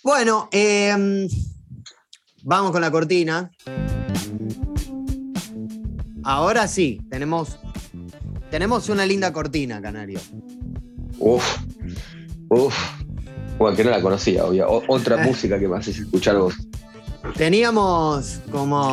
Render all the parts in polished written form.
Bueno, vamos con la cortina. Ahora sí, tenemos una linda cortina, Canario. Bueno, que no la conocía, obvio. Otra música que me haces escuchar vos. Teníamos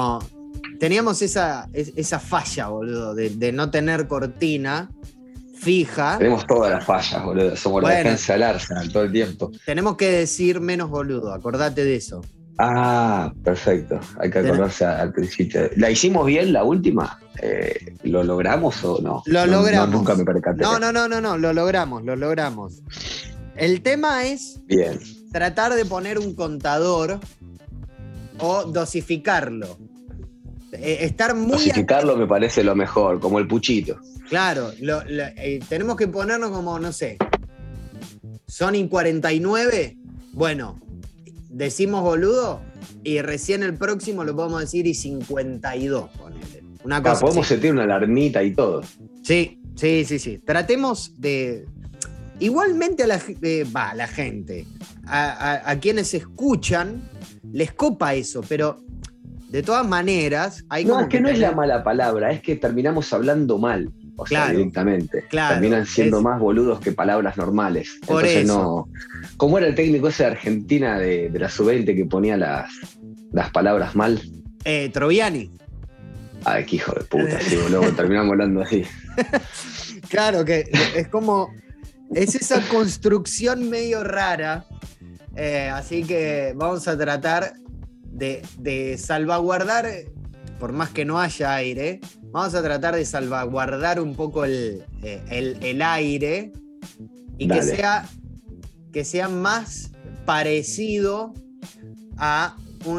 esa falla, boludo, de no tener cortina fija. Tenemos todas las fallas, boludo. Somos la defensa del Arsenal todo el tiempo. Tenemos que decir menos boludo, acordate de eso. Ah, perfecto. Hay que acordarse al principio. ¿La hicimos bien la última? ¿Lo logramos o no? Lo logramos. Nunca me percaté. No, lo logramos. El tema es bien. Tratar de poner un contador o dosificarlo. Dosificarlo me parece lo mejor, como el puchito. Claro, tenemos que ponernos como, no sé, son y 49, bueno, decimos boludo y recién el próximo lo podemos decir y 52, ponele. Una cosa podemos así. sentir una alarmita y todo. Sí. Tratemos de... Igualmente a la gente, a quienes escuchan, les copa eso, pero de todas maneras... No es la mala palabra, es que terminamos hablando mal. O sea, directamente. Claro, terminan siendo más boludos que palabras normales. Por Entonces eso. No. ¿Cómo era el técnico ese de Argentina de la sub-20 que ponía las palabras mal? Troviani. Ay, qué hijo de puta, sí, boludo. Terminamos hablando así. Claro, que es como... Es esa construcción medio rara. Así que vamos a tratar de salvaguardar, por más que no haya aire, vamos a tratar de salvaguardar un poco el aire y que sea más parecido a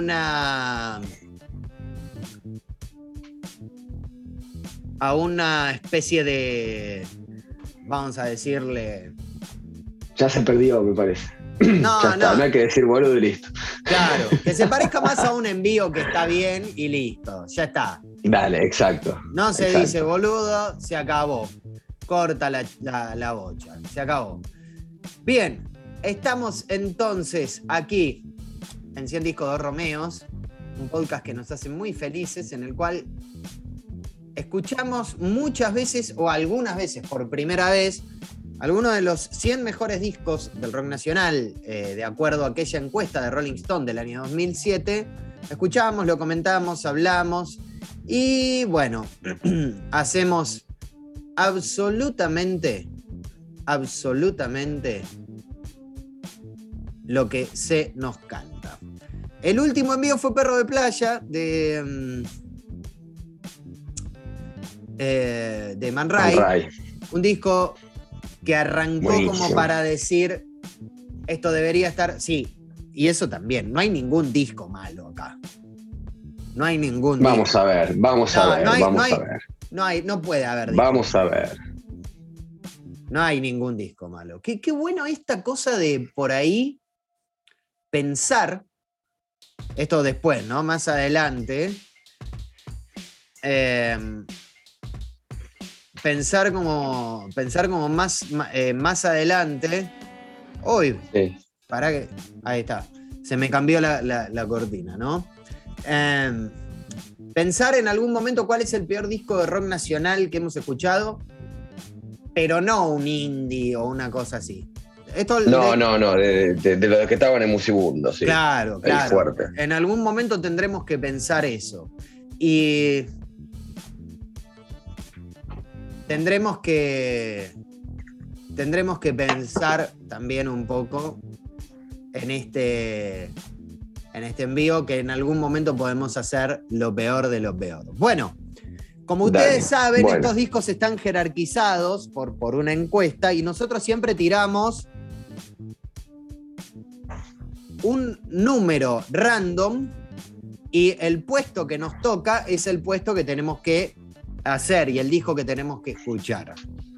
una especie de, vamos a decirle... Ya se perdió, me parece. No hay que decir boludo y listo. Claro, que se parezca más a un envío que está bien y listo, ya está. Dale, exacto. No se dice boludo, se acabó. Corta la bocha, se acabó. Bien, estamos entonces aquí en 100 Discos, 2 Romeos, un podcast que nos hace muy felices, en el cual escuchamos muchas veces o algunas veces por primera vez algunos de los 100 mejores discos del rock nacional, de acuerdo a aquella encuesta de Rolling Stone del año 2007. Escuchamos, lo comentamos, hablamos y bueno, hacemos absolutamente lo que se nos canta. El último envío fue Perro de Playa de Man Ray. Un disco que arrancó buenísimo, como para decir esto debería estar, sí, y eso también, no hay ningún disco malo acá. No hay ningún disco. Vamos a ver. No puede haber disco. Vamos a ver. No hay ningún disco malo. Qué bueno esta cosa de por ahí pensar, esto después, ¿no? Más adelante, pensar como más adelante. Uy, sí. Pará que. Ahí está. Se me cambió la cortina, ¿no? Pensar en algún momento cuál es el peor disco de rock nacional que hemos escuchado, pero no un indie o una cosa así. No, de los que estaban en Musimundo, sí. Claro. Fuerte. En algún momento tendremos que pensar eso. Y tendremos que pensar también un poco en este envío, que en algún momento podemos hacer lo peor de lo peor. Bueno, como ustedes saben, estos discos están jerarquizados por una encuesta y nosotros siempre tiramos un número random y el puesto que nos toca es el puesto que tenemos que hacer y el disco que tenemos que escuchar.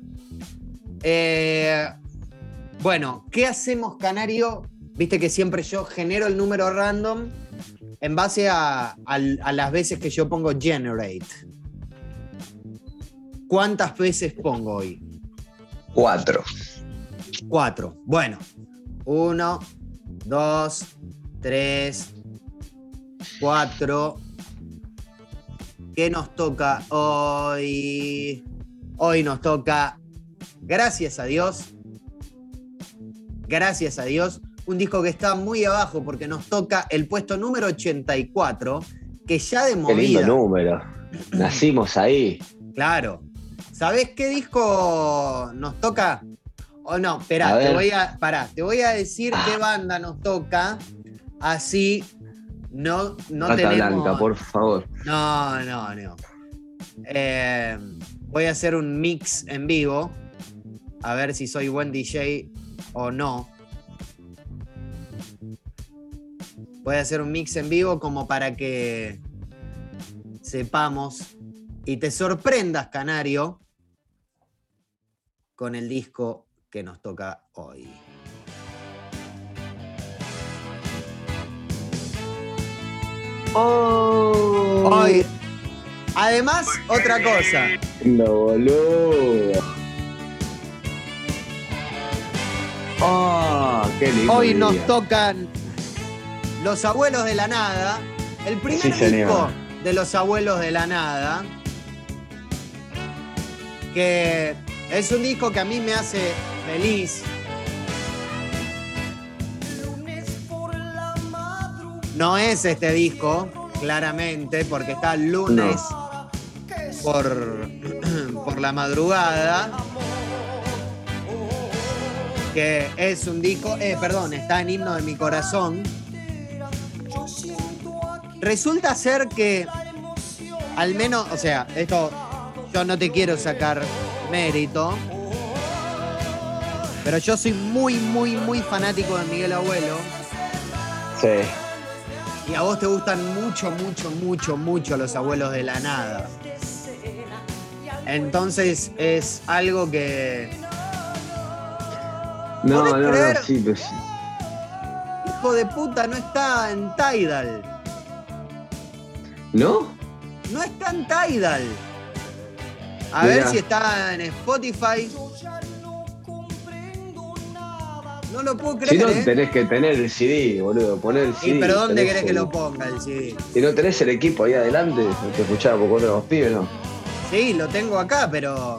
Bueno, ¿qué hacemos, Canario? Viste que siempre yo genero el número random en base a las veces que yo pongo generate. ¿Cuántas veces pongo hoy? 4. Bueno, 1, 2, 3, 4. ¿Qué nos toca hoy? Hoy nos toca, gracias a Dios, un disco que está muy abajo porque nos toca el puesto número 84, que ya de movida. Qué lindo número. Nacimos ahí. Claro. ¿Sabés qué disco nos toca? O no, esperá, te voy a decir qué banda nos toca, así no Rata tenemos... Blanca, por favor. No. Voy a hacer un mix en vivo, a ver si soy buen DJ o no. Voy a hacer un mix en vivo como para que sepamos y te sorprendas, Canario, con el disco que nos toca hoy. Hoy, además, otra cosa. No, boludo. Qué lindo. Hoy nos tocan Los Abuelos de la Nada, el primer disco de Los Abuelos de la Nada, que es un disco que a mí me hace feliz. No es este disco, claramente, porque está lunes por la madrugada, que es un disco, está en Himno de mi Corazón. Resulta ser que, al menos, o sea, esto yo no te quiero sacar mérito, pero yo soy muy fanático de Miguel Abuelo. Sí. Y a vos te gustan mucho Los Abuelos de la Nada. Entonces es algo que... No, sí, pues... Hijo de puta, no está en Tidal. ¿No? No está en Tidal. A Mirá. ver si está en Spotify. No lo puedo creer, Si no, tenés que tener el CD, boludo. Poner el CD. ¿Y pero dónde querés que lo ponga el CD? Si no tenés el equipo ahí adelante, no te escuchaba por cuando los pibes, ¿no? Sí, lo tengo acá, pero...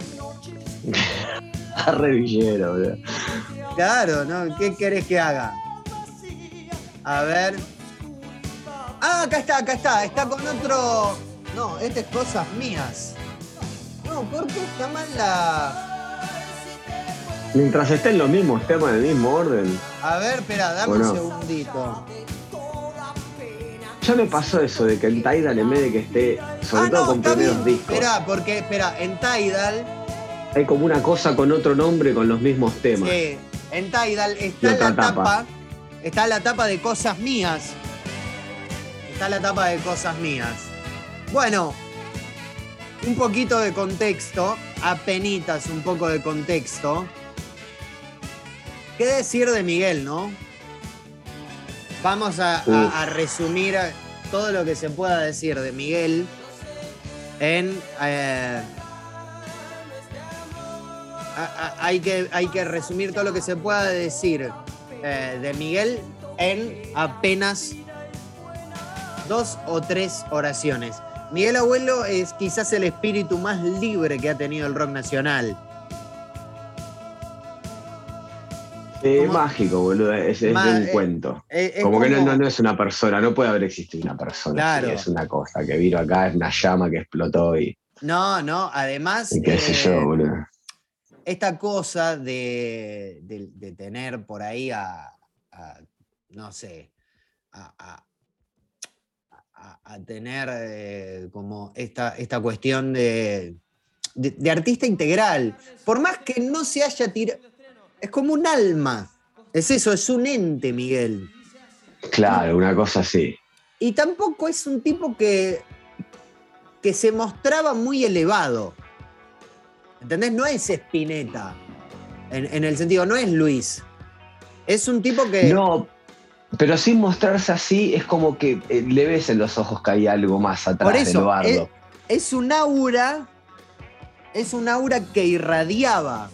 Re villero, boludo. Claro, ¿no? ¿Qué querés que haga? A ver... Ah, acá está. Está con otro... No, este es Cosas Mías. No, ¿por qué está mal la...? Mientras estén los mismos temas en el mismo orden. A ver, espera, dame un segundito. Ya me pasó eso de que en Tidal, en vez de que esté, sobre todo con primeros discos, Espera, en Tidal... hay como una cosa con otro nombre con los mismos temas. Sí, en Tidal está la tapa. Está la tapa de Cosas Mías. Bueno, un poquito de contexto, apenitas un poco de contexto. ¿Qué decir de Miguel, no? Vamos a resumir todo lo que se pueda decir de Miguel en... hay que resumir todo lo que se pueda decir de Miguel en apenas 2 o 3 oraciones. Miguel Abuelo es quizás el espíritu más libre que ha tenido el rock nacional. Es mágico, boludo. Es de un cuento. Como que no es una persona, no puede haber existido una persona. Claro. Así, es una cosa que vino acá, es una llama que explotó y... No, además... Y qué sé yo, boludo. Esta cosa de tener por ahí no sé, a tener como esta cuestión de artista integral. Por más que no se haya tirado... Es como un alma. Es eso, es un ente, Miguel. Claro, una cosa así. Y tampoco es un tipo que se mostraba muy elevado. ¿Entendés? No es Spinetta. En el sentido, no es Luis. Es un tipo que... No, pero sin mostrarse así, es como que le ves en los ojos que hay algo más atrás. Por eso, del bardo. Es un aura que irradiaba.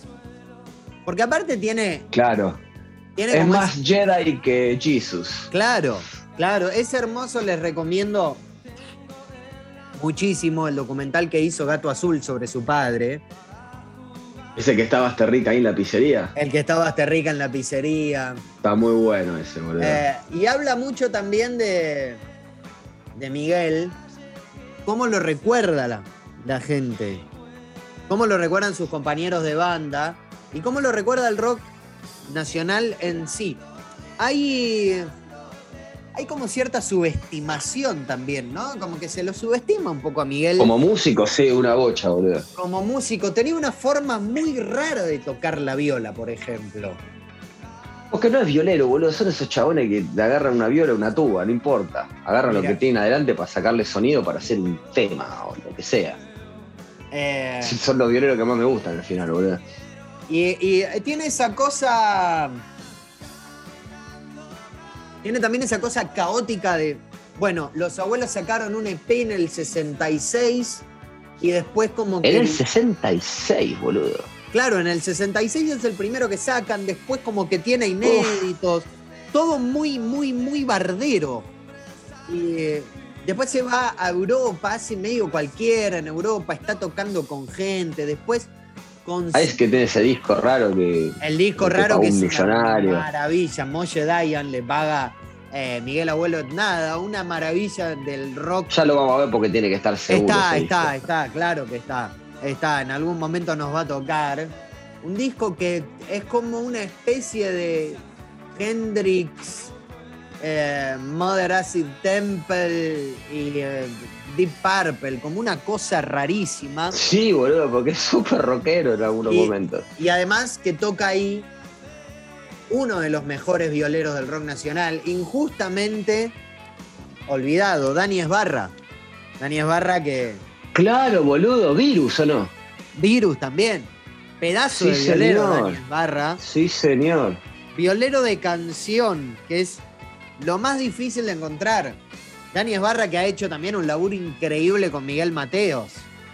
Porque aparte tiene... Claro. Tiene es como más Jedi que Jesus. Claro. Claro, es hermoso, les recomiendo muchísimo el documental que hizo Gato Azul sobre su padre. Ese que estaba hasta rica ahí en la pizzería. El que estaba hasta rica en la pizzería. Está muy bueno ese, boludo. Y habla mucho también de Miguel, cómo lo recuerda la gente, cómo lo recuerdan sus compañeros de banda y cómo lo recuerda el rock nacional en sí. Hay como cierta subestimación también, ¿no? Como que se lo subestima un poco a Miguel. Como músico, sí, una bocha, boludo. Como músico, tenía una forma muy rara de tocar la viola, por ejemplo. Porque no es violero, boludo. Son esos chabones que le agarran una viola o una tuba, no importa. Agarran lo que tienen adelante para sacarle sonido para hacer un tema o lo que sea. Son los violeros que más me gustan al final, boludo. Y tiene esa cosa... Tiene también esa cosa caótica de... Bueno, los abuelos sacaron un EP en el 66 y después como que... En el 66, boludo. Claro, en el 66 es el primero que sacan, después como que tiene inéditos, todo muy, muy, muy bardero. Y después se va a Europa, hace medio cualquiera en Europa, está tocando con gente, después con... Es que tiene ese disco raro que... El disco raro que es millonario. Una maravilla, Moshe Dayan le paga Miguel Abuelo nada, una maravilla del rock. Ya lo vamos a ver porque tiene que estar seguro. Está, claro que está. En algún momento nos va a tocar. Un disco que es como una especie de Hendrix, Mother Acid Temple y Deep Purple, como una cosa rarísima. Sí, boludo, porque es súper rockero en algunos momentos. Y además que toca ahí uno de los mejores violeros del rock nacional, injustamente olvidado, Dani Esbarra. Dani Esbarra que... Claro, boludo, Virus, ¿o no? Virus también. Pedazo de violero, Dani Esbarra. Sí, señor. Violero de canción, que es lo más difícil de encontrar. Dani Esbarra que ha hecho también un laburo increíble con Miguel Mateos.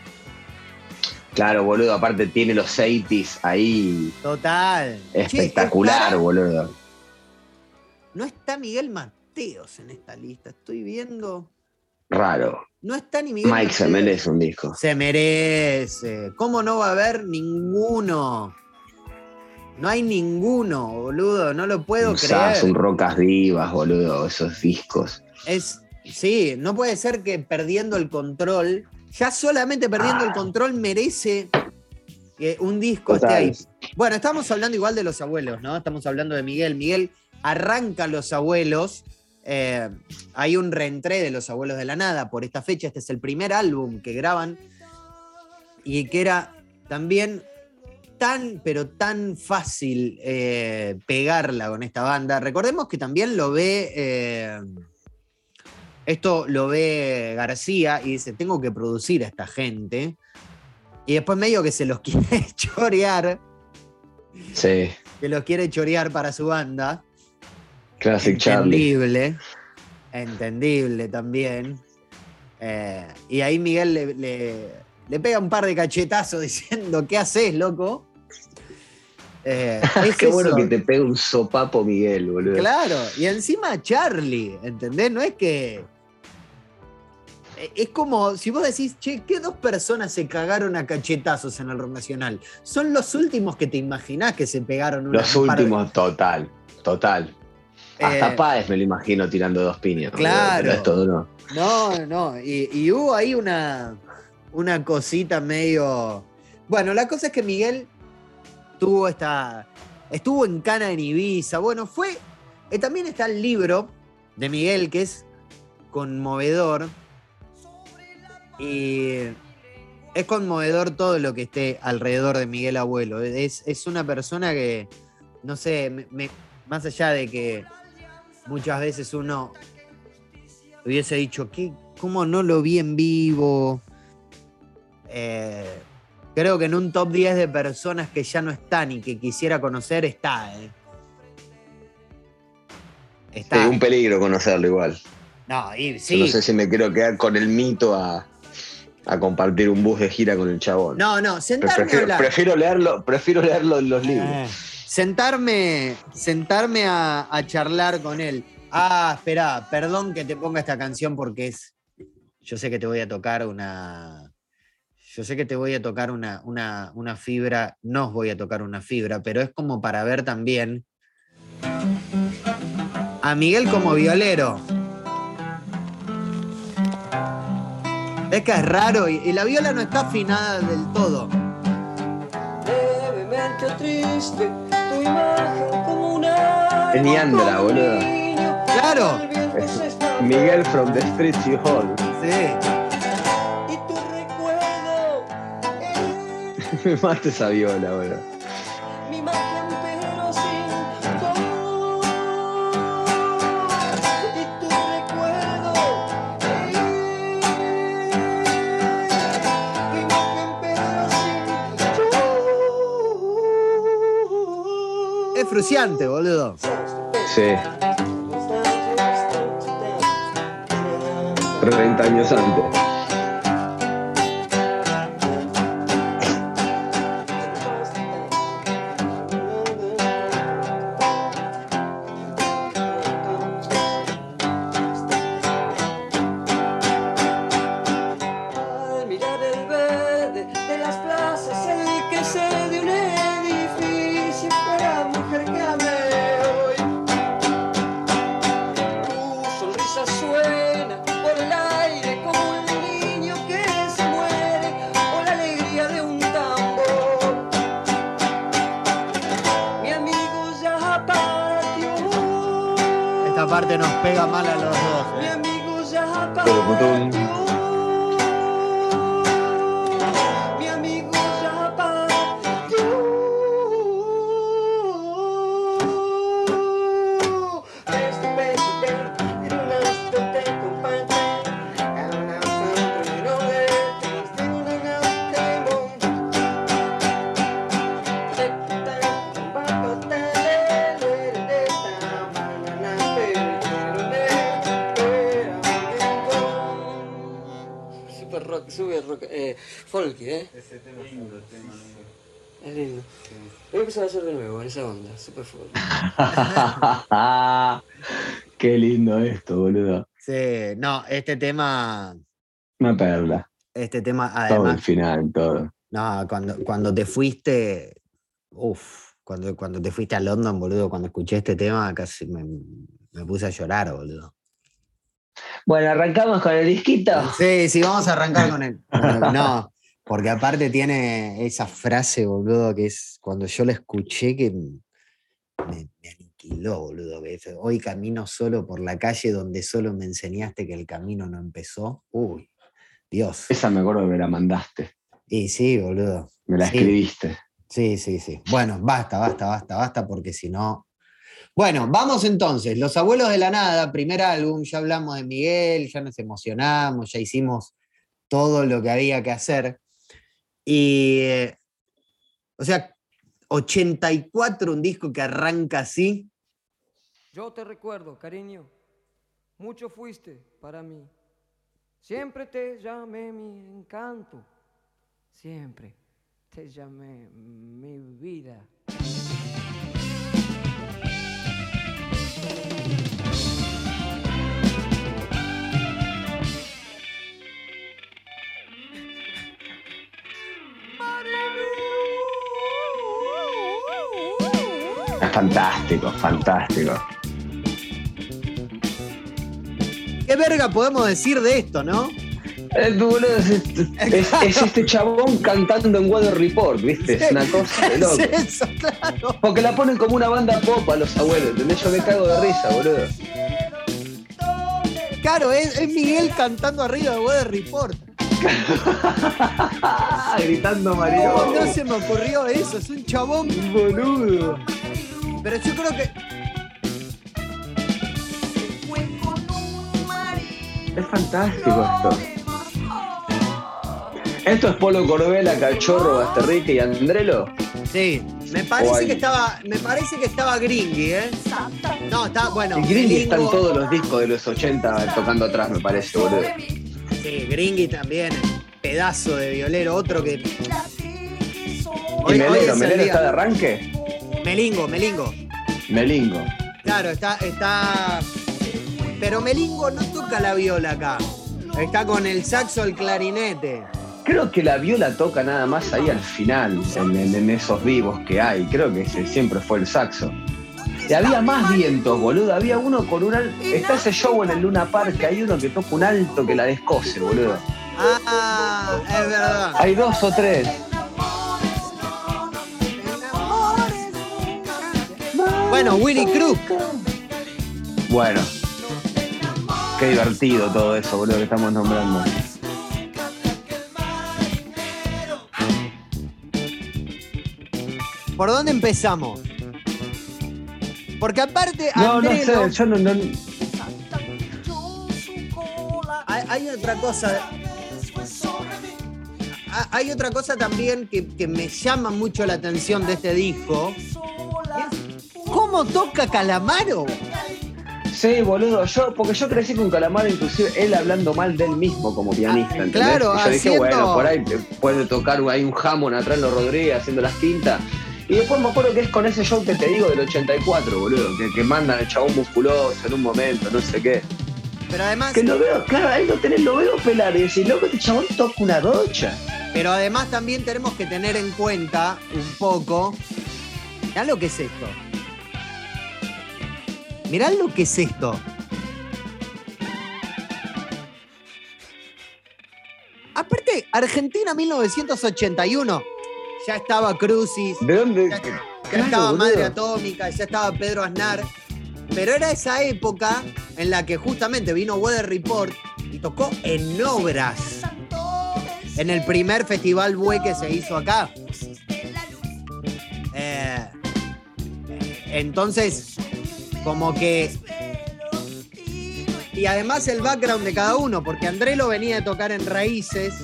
Claro, boludo, aparte tiene los 80s ahí. Total. Espectacular, boludo. No está Miguel Mateos en esta lista, estoy viendo... Raro. No está ni Miguel Mike Mateos. se merece un disco. Se merece. ¿Cómo no va a haber ninguno? No hay ninguno, boludo. No lo puedo creer. Un Rocas Divas, boludo, esos discos. Sí, no puede ser que perdiendo el control, ya solamente perdiendo el control merece que un disco esté ahí. Bueno, estamos hablando igual de los abuelos, ¿no? Estamos hablando de Miguel. Miguel arranca Los Abuelos. Hay un reentré de Los Abuelos de la Nada por esta fecha. Este es el primer álbum que graban y que era también pero tan fácil pegarla con esta banda. Recordemos que también lo ve esto lo ve García y dice, tengo que producir a esta gente, y después medio que se los quiere chorear. Sí. Que los quiere chorear para su banda. Classic Charlie. Entendible también. Y ahí Miguel le pega un par de cachetazos diciendo, ¿qué haces, loco? Qué bueno que te pegue un sopapo Miguel, boludo. Claro, y encima Charlie, ¿entendés? No es que... Es como si vos decís, che, ¿qué dos personas se cagaron a cachetazos en el rock nacional? Son los últimos que te imaginás que se pegaron Los últimos, total. Hasta Páez me lo imagino tirando dos piñas. Claro. Pero esto no. No. Y hubo ahí una cosita medio... Bueno, la cosa es que Miguel estuvo en Cana en Ibiza. Bueno, también está el libro de Miguel, que es conmovedor. Y es conmovedor todo lo que esté alrededor de Miguel Abuelo. Es una persona que, no sé, más allá de que muchas veces uno hubiese dicho, ¿cómo no lo vi en vivo? Creo que en un top 10 de personas que ya no están y que quisiera conocer está. Sí, un peligro conocerlo igual. No, sí. Yo no sé si me quiero quedar con el mito a compartir un bus de gira con el chabón. No, sentarme a hablar. Prefiero leerlo en los libros. Sentarme a charlar con él. Espera, perdón que te ponga esta canción porque es. Yo sé que te voy a tocar una. Yo sé que te voy a tocar una fibra. No os voy a tocar una fibra, pero es como para ver también a Miguel como violero. Es que es raro y la viola no está afinada del todo. Levemente triste, tu imagen como una. Es Niandra, boludo. Claro. Es Miguel from the Streets You Hold. Sí. Y tu recuerdo. Me mata esa viola, boludo. Mi imagen pero sin voz. Y tu recuerdo. Mi imagen pero sin voz. Es frustrante, boludo. Sí. 30 años antes. Al mirar el verde de las plazas, el que se de un edificio fue la mujer que amé hoy. Tu sonrisa suena por el aire como un niño que se muere o la alegría de un tambor. Mi amigo ya partió. Esta parte nos pega mal a los dos. Mi amigo ya Pero, botón. partió. Mi amigo ya partió. Este beso que en un astro te acompaña. En un astro lleno de temas, en un anatemo. Super rock, super rock, folky, Ese tema es lindo, el tema número. es lindo. Voy a empezar a hacer de nuevo en esa onda, super folk. Qué lindo esto, boludo. Sí, no, este tema Una perla. Todo el Además, final, todo. No, cuando te fuiste, cuando te fuiste a London, boludo, cuando escuché este tema casi me puse a llorar, boludo. Bueno, arrancamos con el disquito. Sí, vamos a arrancar con él. No, porque aparte tiene esa frase, boludo, que es cuando yo la escuché que me aniquiló, boludo. Que es, hoy camino solo por la calle donde solo me enseñaste que el camino no empezó. Uy, Dios. Esa me acuerdo que me la mandaste. Y sí, boludo. Me la escribiste. Sí. Bueno, basta, porque si no. Bueno, vamos entonces. Los Abuelos de la Nada, primer álbum, ya hablamos de Miguel, ya nos emocionamos, ya hicimos todo lo que había que hacer. Y, o sea, 84, un disco que arranca así. Yo te recuerdo, cariño, mucho fuiste para mí. Siempre te llamé mi encanto, siempre te llamé mi vida. Es fantástico. ¿Qué verga podemos decir de esto, no? Es este chabón cantando en Weather Report, ¿viste? Es una cosa de loco. Es eso, claro. Porque la ponen como una banda pop a los abuelos, ¿entendés? Yo me cago de risa, boludo. Claro, es Miguel cantando arriba de Weather Report. Gritando Mario. ¿Cómo no se me ocurrió eso? Es un chabón. Boludo. Pero yo creo que. Es fantástico esto. ¿Esto es Polo Corbella, Cachorro, Basterrique y Andrelo? Sí, me parece que estaba Gringy, ¿eh? No, está, bueno. Y Gringy está en todos los discos de los 80 tocando atrás, me parece, boludo. Sí, Gringy también, pedazo de violero, otro que. ¿Y Melero está de arranque? Melingo. Melingo. Claro, está Pero Melingo no toca la viola acá. Está con el saxo, el clarinete. Creo que la viola toca nada más ahí al final, en esos vivos que hay. Creo que ese siempre fue el saxo. Y había más vientos, boludo. Había uno con un alto. Está ese show en el Luna Park, que hay uno que toca un alto que la descoce, boludo. Ah, es verdad. Hay 2 o 3. Bueno, Willy Crook. Bueno. Qué divertido todo eso, boludo, que estamos nombrando. ¿Por dónde empezamos? Porque aparte, No Andrelo, sé, yo no. hay otra cosa. Hay otra cosa también que me llama mucho la atención de este disco. Es ¿cómo toca Calamaro? Sí, boludo, porque yo crecí con Calamaro, inclusive él hablando mal de él mismo como pianista, ¿entendés? Claro, y yo dije, haciendo... bueno, por ahí puede tocar ahí un Hammond atrás de los Rodríguez haciendo las quintas. Y después me acuerdo que es con ese show que te digo del 84, boludo, que mandan al chabón musculoso en un momento, no sé qué. Pero además... Que lo veo, claro, ahí lo veo pelar y decís, loco, este chabón toca una rocha. Pero además también tenemos que tener en cuenta un poco... Mirá lo que es esto. Mirá lo que es esto. Aparte, Argentina 1981. Ya estaba Crucis. ¿De dónde? Ya Claro, estaba boludo. Madre Atómica, ya estaba Pedro Aznar. Pero era esa época en la que justamente vino Weather Report y tocó en obras. En el primer festival Bue que se hizo acá. Entonces, como que... Y además el background de cada uno, porque Andrelo venía de tocar en Raíces,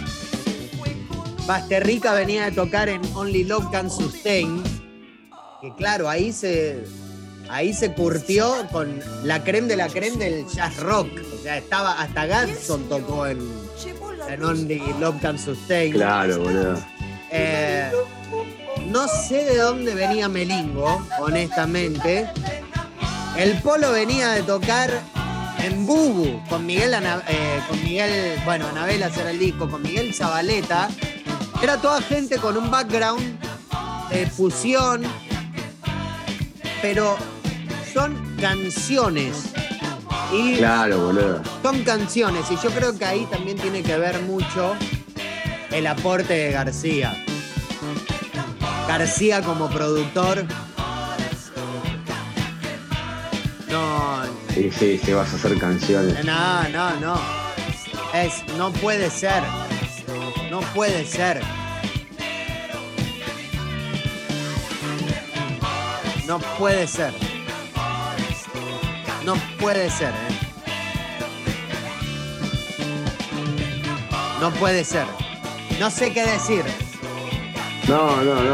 Basterrica venía de tocar en Only Love Can Sustain, que claro, ahí se curtió con la creme de la creme del jazz rock. O sea, estaba hasta Gadson tocó en Only Love Can Sustain. Claro, boludo. No sé de dónde venía Melingo, honestamente. El Polo venía de tocar en Bubu con Miguel, bueno, Anabela era el disco, con Miguel Zabaleta. Era toda gente con un background de fusión, pero son canciones. Y Claro, boludo. son canciones, y yo creo que ahí también tiene que ver mucho el aporte de García. García como productor. No. Sí, vas a hacer canciones. No. No puede ser. No puede ser. No puede ser. No puede ser, No puede ser. No sé qué decir. No.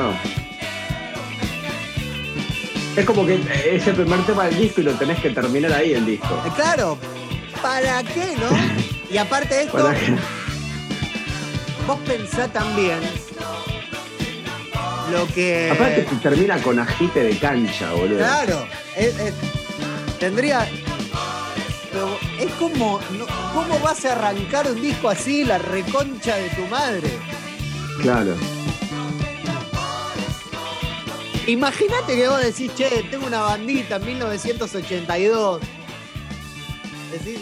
Es como que es el primer tema del disco y lo tenés que terminar ahí el disco. Claro, ¿para qué, no? Y aparte de esto, ¿Para qué? vos pensá también lo que... Aparte que termina con agite de cancha, boludo. Claro, tendría... Pero es como... ¿Cómo vas a arrancar un disco así, la reconcha de tu madre? Claro. Imagínate que vos decís, che, tengo una bandita en 1982. Decís...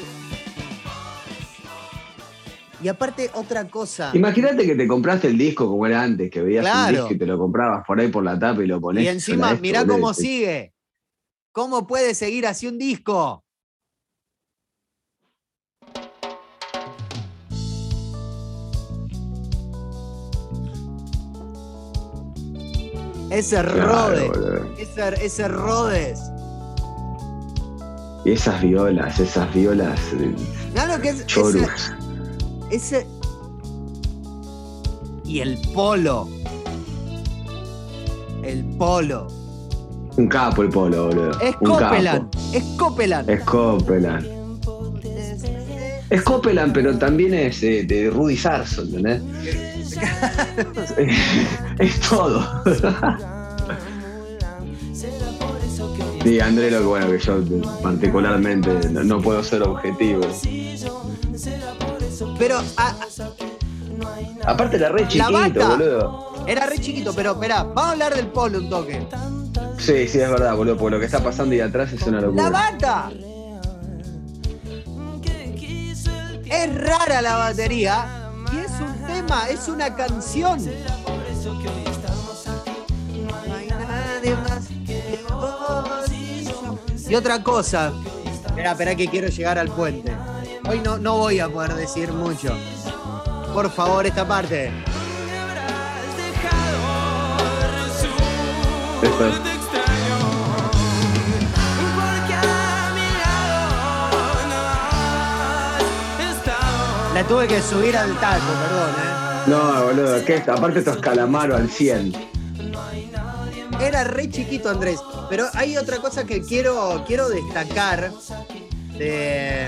Y aparte, otra cosa. Imagínate que te compraste el disco como era antes, que veías Claro. un disco y te lo comprabas por ahí por la tapa y lo ponés. Y encima, suena esto, mirá boludo, cómo y te- sigue. ¿Cómo puede seguir así un disco? Ese Claro, Rhodes. boludo. Ese Rhodes. Y esas violas. Mirá lo que es Chorus. ese. Y el Polo. El Polo. Un capo el Polo, boludo. Es Un Copeland. capo. Es Copeland. Es Copeland. Es Copeland, pero también es de Rudy Sarzo, ¿entendés? Es todo. Sí, André, lo que bueno, que yo particularmente no puedo ser objetivo. Pero Aparte era re chiquito, bata boludo. era re chiquito, pero esperá, vamos a hablar del polo un toque. Sí, es verdad, boludo, porque lo que está pasando ahí atrás es una locura. ¡La bata! Es rara la batería y es un tema, es una canción. No hay nadie más que vos. Y otra cosa. Espera que quiero llegar al puente. Hoy no voy a poder decir mucho. Por favor, esta parte. Esto es. La tuve que subir al taco, perdón, No, boludo, que aparte esto es Calamaro al 100. Era re chiquito, Andrés. Pero hay otra cosa que quiero destacar de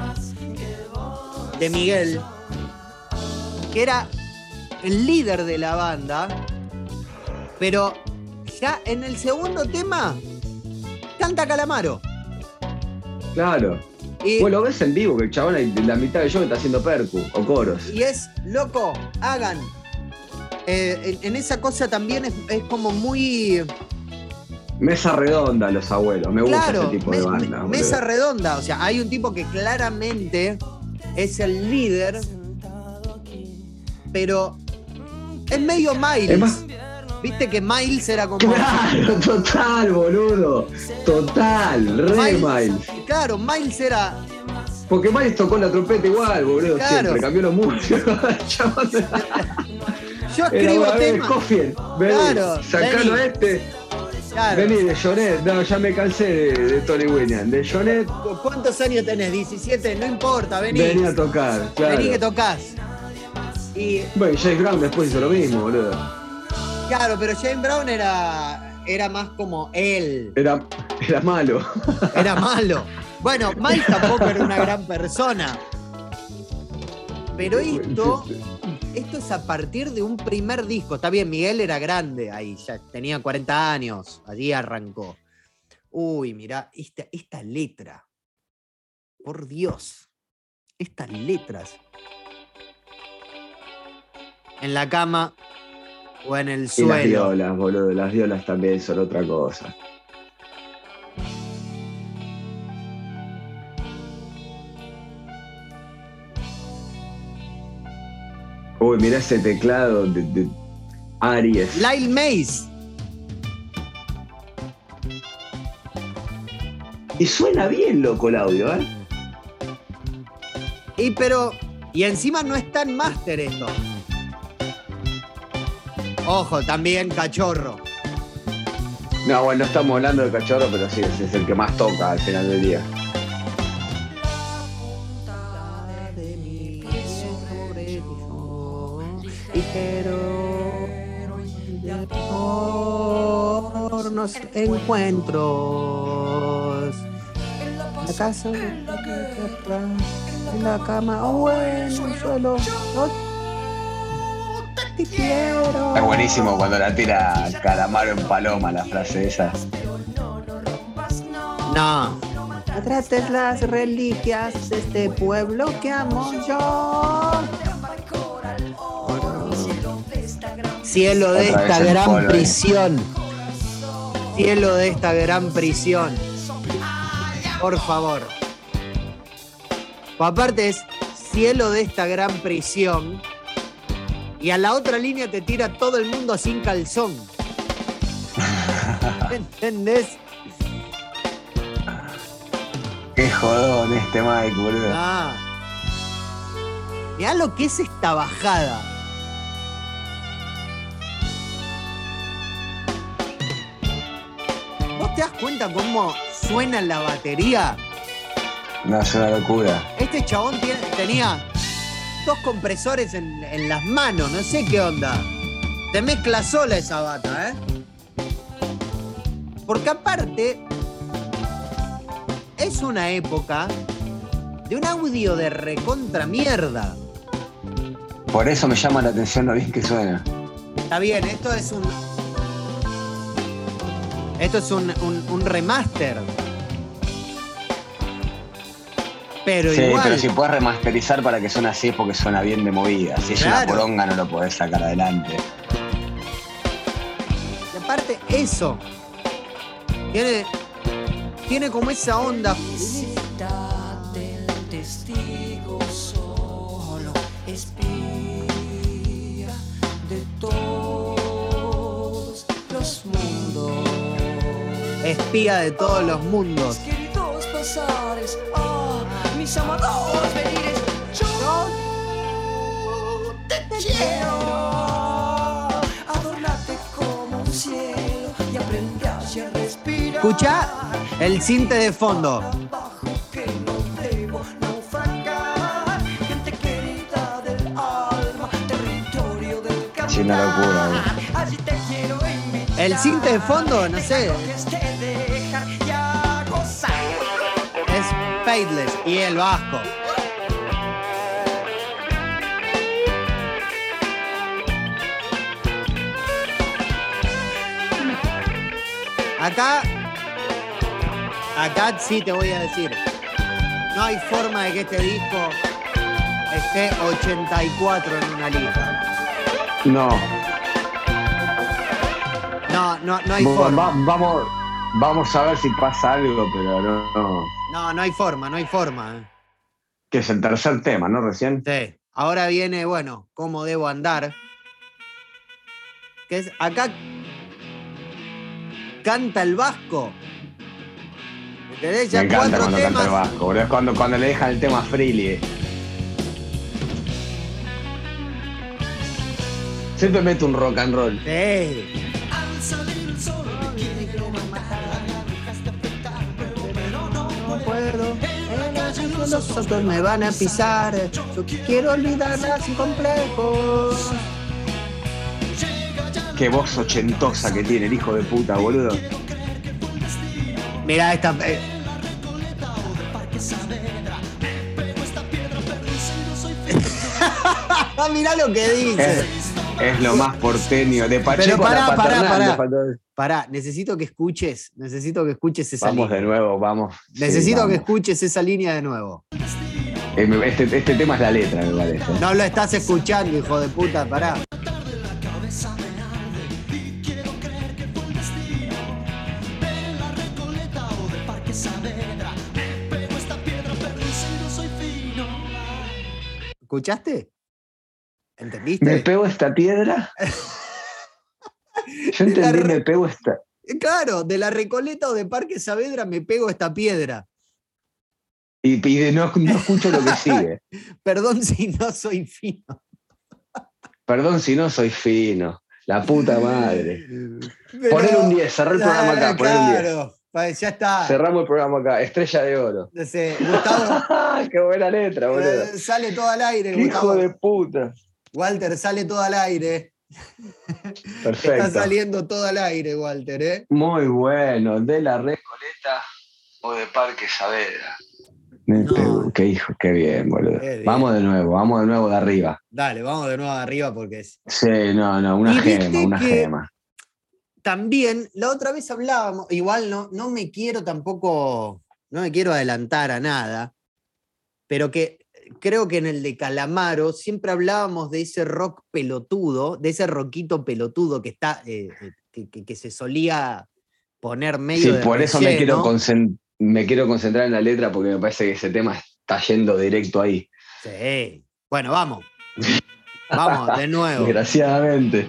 Miguel, que era el líder de la banda, pero ya en el segundo tema canta Calamaro. Claro. Y, Vos lo ves en vivo, que el chabón en la mitad del show está haciendo percu o coros. y es, loco, hagan. En esa cosa también es como muy... Mesa redonda los abuelos, me gusta Claro, ese tipo de banda. mesa boludo. redonda. O sea, hay un tipo que claramente es el líder, pero es medio Miles. Es más- Viste que Miles era como... Claro, total, boludo. Total, re Miles. Claro, Miles era... Porque Miles tocó la trompeta igual, boludo, Claro. siempre. Cambió los músicos. Chabón. Yo escribo Era, a ver, temas... Scofield, vení, Claro, sacalo vení. a este. Claro. Vení, de Jonet. No, ya me cansé de Tony Williams. De Jonet, ¿Cuántos años tenés? 17, no importa, vení. vení a tocar, claro. Vení que tocas. Y Bueno, y James Brown después hizo lo mismo, boludo. claro, pero James Brown era más como él. Era malo. Era malo. Bueno, Miles tampoco era una gran persona. Pero esto es a partir de un primer disco. Está bien, Miguel era grande ahí, ya tenía 40 años. Allí arrancó. Uy, mirá, esta letra. Por Dios. Estas letras. En la cama o en el Y las suelo. violas, boludo. Las violas también son otra cosa. Uy, mirá ese teclado de Aries. Lyle Mays. Y suena bien, loco, el audio, ¿eh? Y encima no está en máster esto. Ojo, también cachorro. No, bueno, no estamos hablando de cachorro, pero sí, ese es el que más toca al final del día. Los encuentros. La casa, en la cama, o en el suelo. Te quiero. Es buenísimo cuando la tira Calamaro en Paloma, la frase esa. No. No trates las reliquias de este pueblo que amo yo. Cielo de Otra esta vez el gran polo, prisión. Cielo de esta gran prisión. Por favor. O aparte es cielo de esta gran prisión. Y a la otra línea te tira todo el mundo sin calzón. ¿Entendés? Qué jodón este Mike, boludo. Ah. Mirá lo que es esta bajada. ¿Vos te das cuenta cómo suena la batería? No, es una locura. Este chabón tenía 2 compresores en las manos, no sé qué onda. Te mezcla sola esa bata, ¿eh? Porque aparte, es una época de un audio de recontra mierda. Por eso me llama la atención lo bien que suena. Está bien, esto es un... Esto es un remaster. Pero sí, igual. pero si puedes remasterizar para que suene así es porque suena bien de movida. Si es una poronga no lo podés sacar adelante. Y aparte, eso. Tiene como esa onda. Del testigo solo espía de todos los mundos. Espía de todos los mundos. Mis queridos pasares, mis amadores venires, yo te quiero. Adornarte como un cielo y aprender a respirar. Escucha el cinte de fondo. Que no debo naufragar. Gente querida del alma, territorio del cantar. Sí, una locura, Allí te quiero invitar. El cinte de fondo, no sé. Es Faithless y el vasco. Acá sí te voy a decir, no hay forma de que este disco esté 84 en una lista. No. No hay forma. Vamos a ver si pasa algo, pero no. No hay forma. Que es el tercer tema, ¿no? Recién. Sí. Ahora viene, bueno, ¿cómo debo andar? Que es acá canta el vasco. ¿Entendés? Ya Me encanta 4 cuando temas. canta el vasco, boludo. Es cuando le dejan el tema a Freely. Siempre mete un rock and roll. Sí. No puedo. Los otros me van a pisar. Yo quiero olvidarla sin complejos. Qué voz ochentosa que tiene el hijo de puta, boludo. Mirá esta. Mirá lo que dice. Es lo más porteño. De Pacheco Pero a la paternal. Pará, necesito que escuches esa Vamos línea. de nuevo, vamos. Necesito Sí, que vamos. escuches esa línea de nuevo. Este tema es la letra, me parece. No lo estás escuchando, hijo de puta, pará. ¿Escuchaste? ¿Entendiste? ¿Me pego esta piedra? Yo entendí, me pego esta. Claro, de la Recoleta o de Parque Saavedra me pego esta piedra. Y no escucho lo que sigue. Perdón si no soy fino. Perdón si no soy fino. La puta madre. Pero- Poner un 10, cerrar el programa acá, poner un 10. Claro, ya está. Cerramos el programa acá, Estrella de Oro. No sé, Gustavo, Qué buena letra, boludo. sale todo al aire. Qué Gustavo. hijo de puta. Walter, sale todo al aire. Perfecto. Está saliendo todo al aire, Walter, ¿eh? Muy bueno. ¿De la Recoleta o de Parque Saavedra? No. Qué hijo, qué bien, boludo. Qué bien. Vamos de nuevo de arriba. Dale, vamos de nuevo arriba porque es. Sí, no, una Y viste gema, una que- gema. También, la otra vez hablábamos, igual no me quiero tampoco, no me quiero adelantar a nada, pero que creo que en el de Calamaro siempre hablábamos de ese rock pelotudo, de ese rockito pelotudo que está, que se solía poner medio Sí, de por eso relleno. me quiero concentrar en la letra porque me parece que ese tema está yendo directo ahí. Sí. Bueno, vamos. Vamos, de nuevo. Desgraciadamente.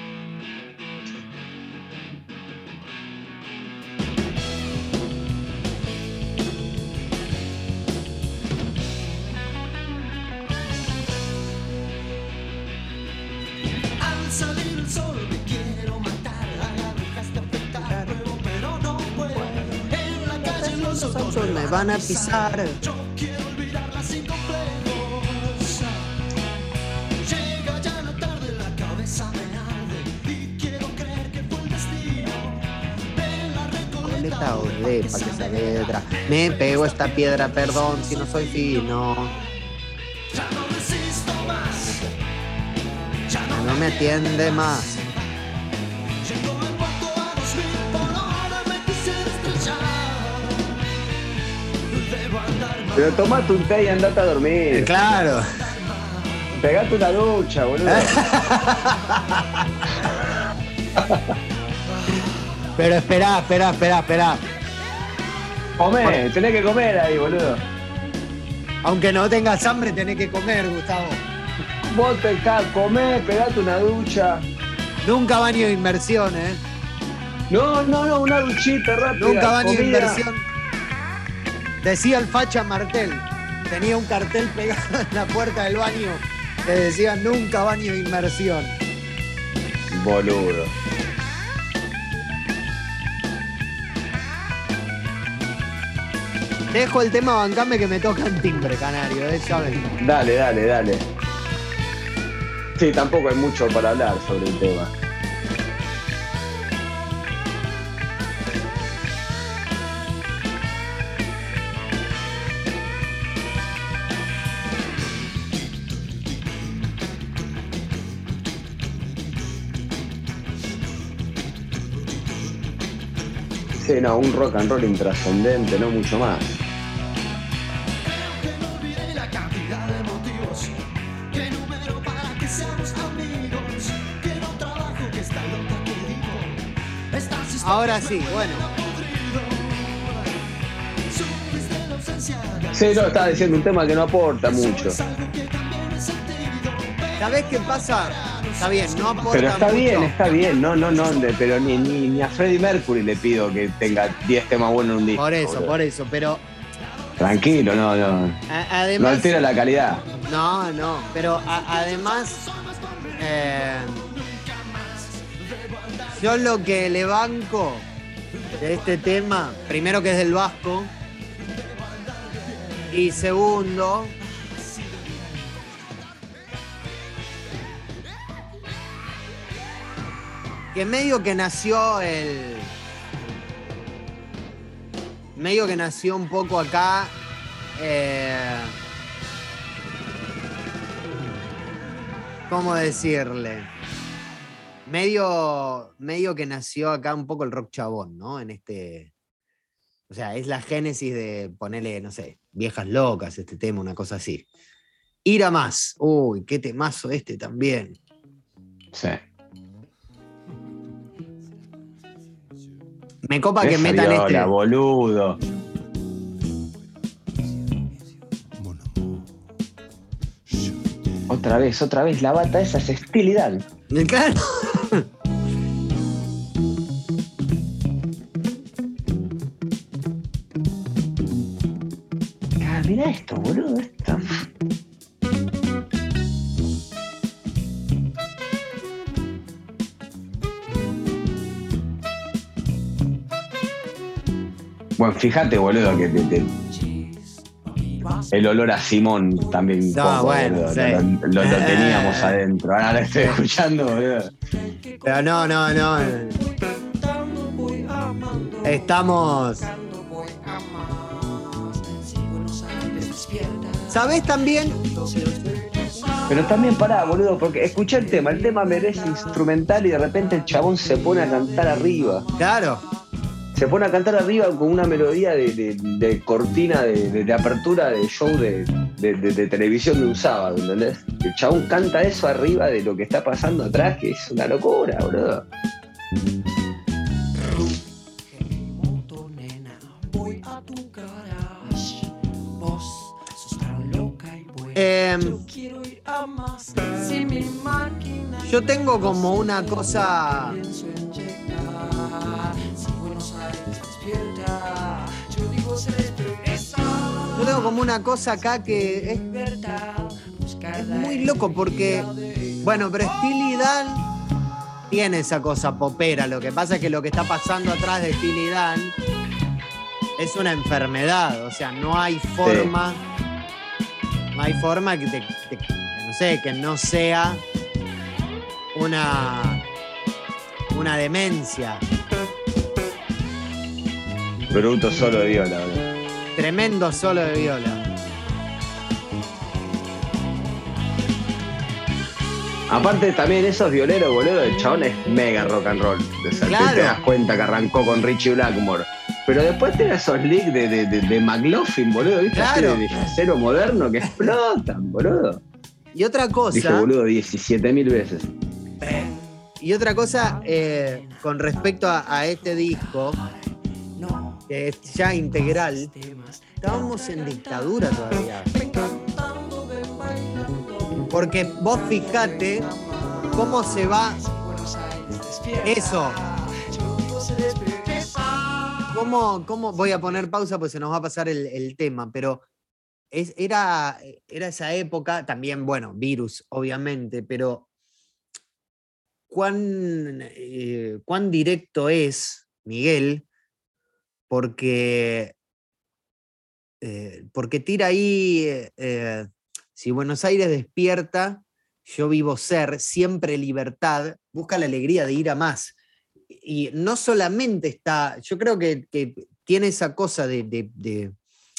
Al salir el sol me quiero matar, agujas de apretar, pero no puedo. En la calle los autos Me van a pisar. Yo quiero olvidarla sin complejos. Llega ya la tarde, la cabeza me arde y quiero creer que fue el destino. De la Recoleta Recoleta o de Parque Saavedra. Me pego esta piedra, perdón si no soy fino. ya no resisto más. Ya No me atiende más. Llegó el cuarto a 2000 por hora, Pero tomate un té y andate a dormir. Claro. Pegate una ducha, boludo. Pero esperá. Comé, tenés que comer ahí, boludo. Aunque no tengas hambre, tenés que comer, Gustavo. Vos comé, pegate una ducha. Nunca baño de inmersión, ¿eh? No, una duchita rápida. Nunca baño de comida. inmersión. Decía el facha Martel. Tenía un cartel pegado en la puerta del baño que decía nunca baño de inmersión. Boludo. Dejo el tema, bancame que me tocan timbre, canario, ya ven. Dale. Sí, tampoco hay mucho para hablar sobre el tema. Sí, no, un rock and roll intrascendente, no mucho más. Que no olvidé la cantidad de motivos. Que número para que seamos amigos. Que no trabajo, que está loca que digo. Estas historias Ahora sí, bueno. Supiste la ausencia de Sí, no, estaba diciendo un tema que no aporta mucho. algo que cambia en el sentido. ¿Sabés qué pasa? Está bien, no aporta Pero está mucho. bien, no, pero ni a Freddie Mercury le pido que tenga 10 temas buenos en un disco. Por eso, pero Tranquilo, no además... no altera la calidad. No, pero además... yo lo que le banco de este tema, primero que es del Vasco, y segundo... que medio que nació un poco acá ¿cómo decirle? Medio que nació acá un poco el rock chabón, ¿no? En este, o sea, es la génesis de ponerle, no sé, Viejas Locas, este tema, una cosa así. Ir a más. Uy, qué temazo este también. Sí. Me copa que Esa metan viola, boludo. Otra vez, la bata esa es Steely Dan. Claro. Ah, mirá esto, boludo. Esto. Bueno, fíjate, boludo, que el olor a Simón también. No, poco, bueno, boludo, sí. lo teníamos adentro. Ahora lo estoy escuchando, boludo. Pero no. Estamos. ¿Sabés también? Pero también pará, boludo, porque escuché el tema merece instrumental y de repente el chabón se pone a cantar arriba. Claro. Se pone a cantar arriba con una melodía de cortina de apertura de show de televisión de un sábado, ¿entendés? El chabón canta eso arriba de lo que está pasando atrás, que es una locura, boludo. Yo tengo como una cosa. Yo tengo como una cosa acá que es muy loco porque, bueno, pero Steely Dan tiene esa cosa popera. Lo que pasa es que lo que está pasando atrás de Steely Dan es una enfermedad. O sea, no hay forma, no hay forma que no sé, que no sea una demencia. Bruto solo de viola, boludo. Tremendo solo de viola. Aparte también esos violeros, boludo, el chabón es mega rock and roll. O sea, Claro. te das cuenta que arrancó con Richie Blackmore. Pero después tenés esos leaks de McLaughlin, boludo, ¿viste? Claro. Así de acero moderno que explotan, boludo. Y otra cosa. Dije, boludo, 17.000 veces. Y otra cosa, con respecto a este disco, que es ya integral, estábamos en dictadura todavía. Porque vos fijate cómo se va eso. ¿Cómo voy a poner pausa porque se nos va a pasar el tema? Pero era esa época, también, bueno, virus, obviamente, pero cuán directo es Miguel, porque tira ahí, si Buenos Aires despierta, yo vivo ser, siempre libertad, busca la alegría de ir a más. Y no solamente está, yo creo que tiene esa cosa de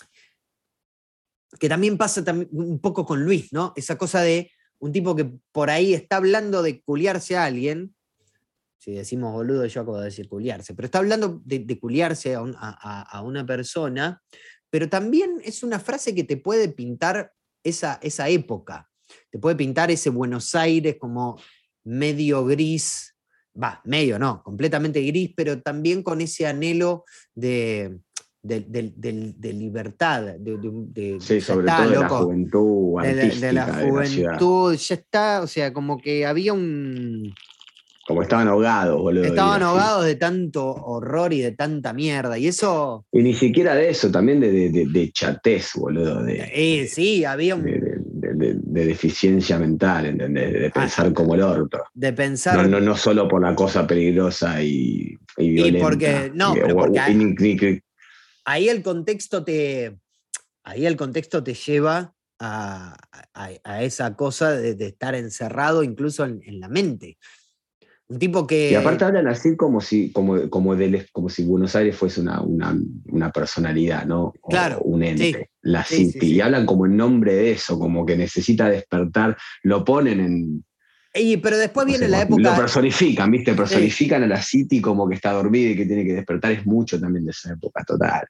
que también pasa un poco con Luis, ¿no? Esa cosa de un tipo que por ahí está hablando de culiarse a alguien. Si decimos boludo, yo acabo de decir culiarse, pero está hablando de culiarse a una persona, pero también es una frase que te puede pintar esa época. Te puede pintar ese Buenos Aires como medio gris, medio no, completamente gris, pero también con ese anhelo de libertad. Sí, sobre todo de la juventud artística de la juventud, ya está, o sea, como que había como estaban ahogados, boludo. Estaban ahogados de tanto horror y de tanta mierda, y eso... Y ni siquiera de eso, también de chatez, boludo. Sí, había un... De deficiencia mental, ¿entendés? De pensar como el orto. De pensar... No solo por la cosa peligrosa y violenta. Y porque... No, pero porque... Ahí el contexto te lleva a esa cosa de estar encerrado incluso en la mente. Un tipo que... Y aparte hablan así como si Buenos Aires fuese una personalidad, ¿no? Claro, o un ente, sí, la City. Sí. Y hablan como en nombre de eso, como que necesita despertar, lo ponen en... pero después viene la época... Lo personifican, ¿viste? Personifican a la City como que está dormida y que tiene que despertar. Es mucho también de esa época, total.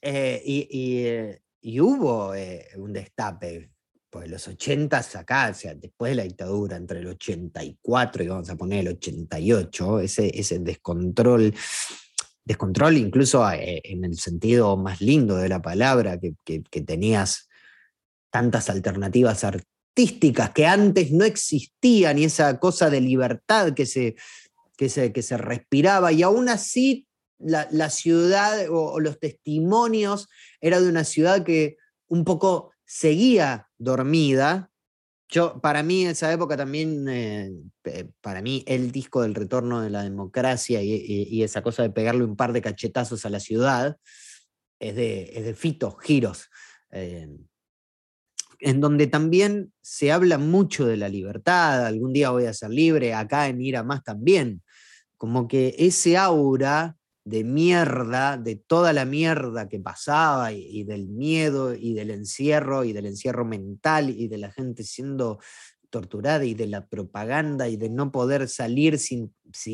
Y hubo un destape, pues los 80s acá, o sea, después de la dictadura, entre el 84 y vamos a poner el 88, ese descontrol incluso en el sentido más lindo de la palabra, que tenías tantas alternativas artísticas que antes no existían, y esa cosa de libertad que se respiraba, y aún así la ciudad o los testimonios era de una ciudad que un poco seguía dormida. Para mí esa época también, para mí el disco del retorno de la democracia y esa cosa de pegarle un par de cachetazos a la ciudad es de Fito Giros, en donde también se habla mucho de la libertad. Algún día voy a ser libre, acá en Ir a Más también, como que ese aura de mierda, de toda la mierda que pasaba, y del miedo y del encierro mental y de la gente siendo torturada y de la propaganda y de no poder salir sin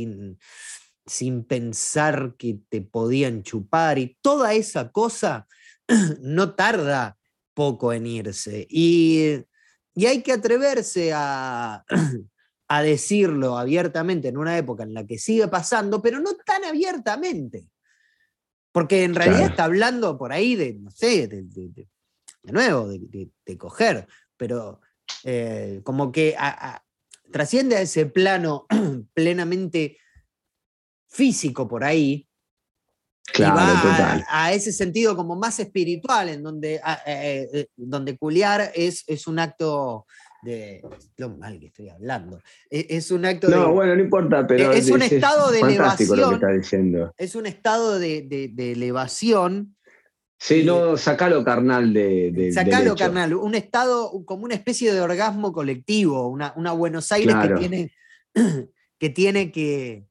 pensar que te podían chupar, y toda esa cosa no tarda poco en irse, y hay que atreverse a decirlo abiertamente en una época en la que sigue pasando, pero no tan abiertamente. Porque en realidad está hablando por ahí de, no sé, de nuevo, de coger, pero como que trasciende a ese plano plenamente físico por ahí, claro, y va total. a ese sentido como más espiritual, en donde culiar es un acto de lo mal que estoy hablando. Es un acto de... No, bueno, no importa, pero es un estado de fantástico elevación. Lo que está diciendo. Es un estado de elevación. Sí, no, sacalo carnal sacalo carnal, un estado como una especie de orgasmo colectivo, una Buenos Aires, claro, que tiene que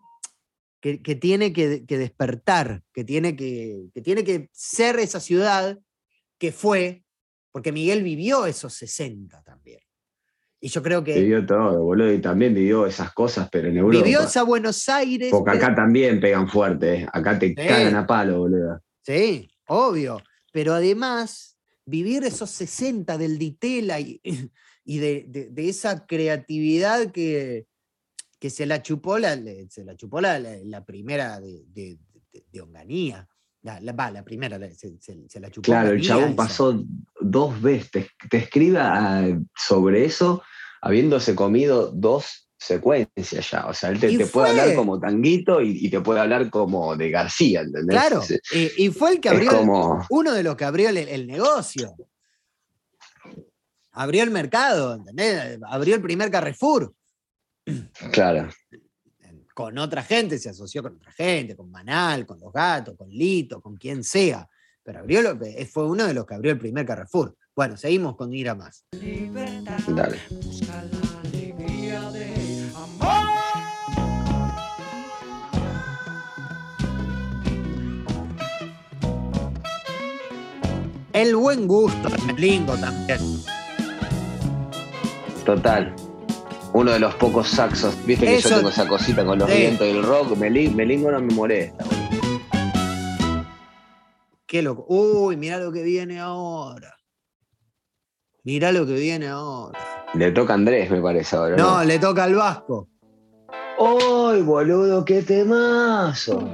despertar, que tiene que ser esa ciudad que fue, porque Miguel vivió esos 60 también. Y yo creo que... Vivió todo, boludo, y también vivió esas cosas, pero en Europa. Vivió esa Buenos Aires. Porque acá también pegan fuerte, ¿eh? Acá te cagan a palo, boludo. Sí, obvio. Pero además, vivir esos 60 del Ditela y de esa creatividad que se la chupó la primera de Onganía. La primera se la chupó. Claro, el chabón pasó 2 veces. Te escriba sobre eso habiéndose comido 2 secuencias ya. O sea, él te puede hablar como Tanguito y te puede hablar como de García, ¿entendés? Claro, y fue el que abrió, uno de los que abrió el negocio. Abrió el mercado, ¿entendés? Abrió el primer Carrefour. Claro. Con otra gente, se asoció con otra gente, con Manal, con Los Gatos, con Lito, con quien sea. Pero fue uno de los que abrió el primer Carrefour. Bueno, seguimos con Ir a Más. Dale. El buen gusto, el melingo también. Total. Uno de los pocos saxos. Viste que yo tengo esa cosita con los vientos y el rock. Melingo no me molesta. Qué loco. Uy, mirá lo que viene ahora. Mirá lo que viene ahora. Le toca a Andrés, me parece ahora. No, le toca al Vasco. ¡Ay, boludo, qué temazo!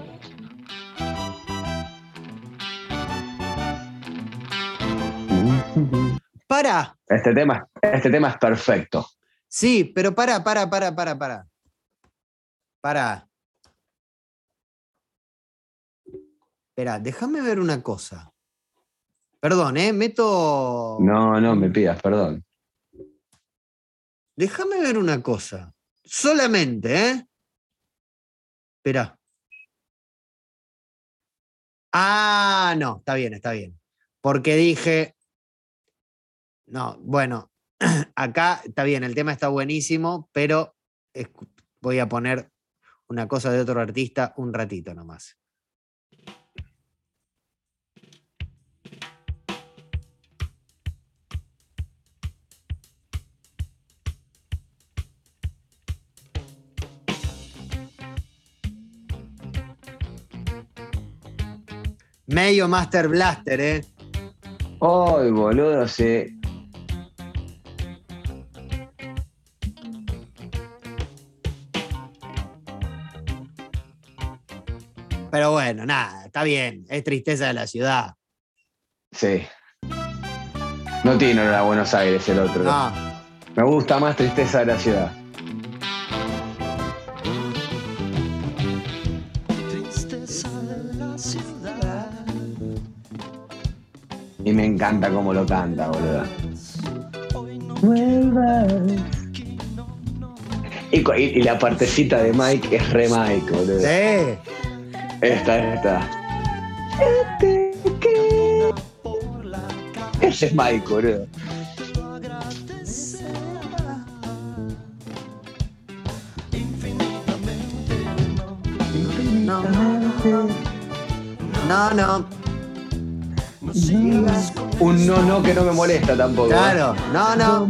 Para. Este tema es perfecto. Sí, pero para. Espera, déjame ver una cosa. Perdón, meto... No me pidas, perdón. Déjame ver una cosa. Solamente, Espera. Ah, no, está bien. Porque dije... No, bueno, acá está bien, el tema está buenísimo, pero voy a poner una cosa de otro artista un ratito nomás. Medio Master Blaster, Ay, boludo, sí. Pero bueno, nada, está bien. Es tristeza de la ciudad. Sí. No tiene olor a Buenos Aires el otro. No. Me gusta más Tristeza de la Ciudad. Y me encanta cómo lo canta, boludo. Y la partecita de Mike es re Mike, boludo. Sí. Esta. Ese es Mike, boludo. No. Un no que no me molesta tampoco. Claro, no.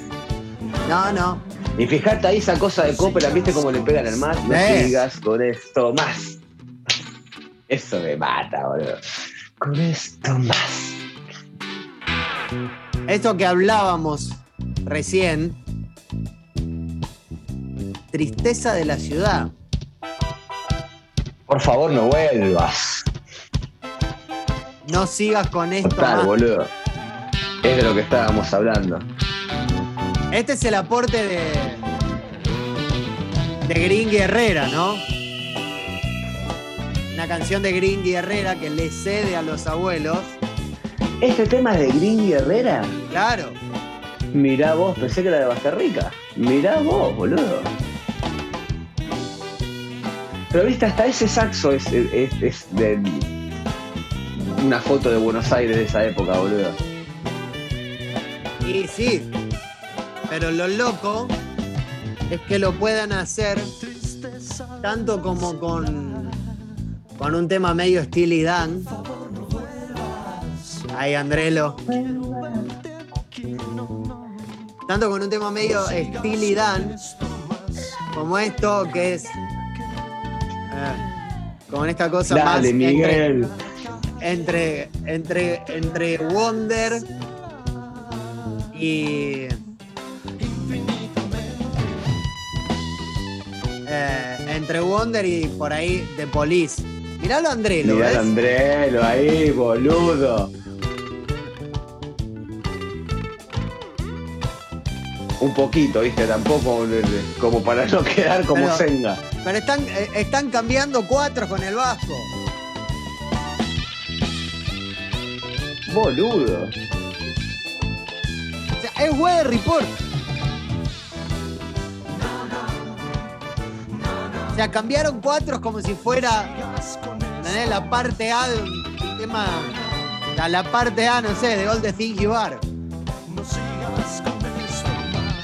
Y fíjate ahí esa cosa de Coppola, ¿viste cómo le pegan al más? No sigas con esto más. Eso me mata, boludo. Con esto más. Esto que hablábamos recién, tristeza de la ciudad. Por favor, no vuelvas. No sigas con esto. Total, más. Boludo. Es de lo que estábamos hablando. Este es el aporte de Gringy Herrera, ¿no? Una canción de Gringy Herrera que le cede a los abuelos. ¿Este tema es de Gringy Herrera? Claro. Mirá vos, pensé que era de Basterrica. Mirá vos, boludo. Pero viste, hasta ese saxo es de una foto de Buenos Aires de esa época, boludo. Y sí, pero lo loco es que lo puedan hacer tanto como con un tema medio Steely Dan. Ahí, Andrelo. Tanto con un tema medio Steely Dan, como esto que es con esta cosa Dale, más Miguel. entre Wonder y entre Wonder y por ahí The Police. Miralo, André, ¿lo Mirá ves? a Andrelo ahí, boludo. Un poquito, ¿viste? Tampoco como para no quedar como Pero- Senga. Pero están cambiando cuatros con el Vasco. Boludo. O sea, es Weather Report. O sea, cambiaron cuatros como si fuera, ¿entendés? La parte A de un tema. La parte A, no sé, de All the Things You Are. No sigas con esto más.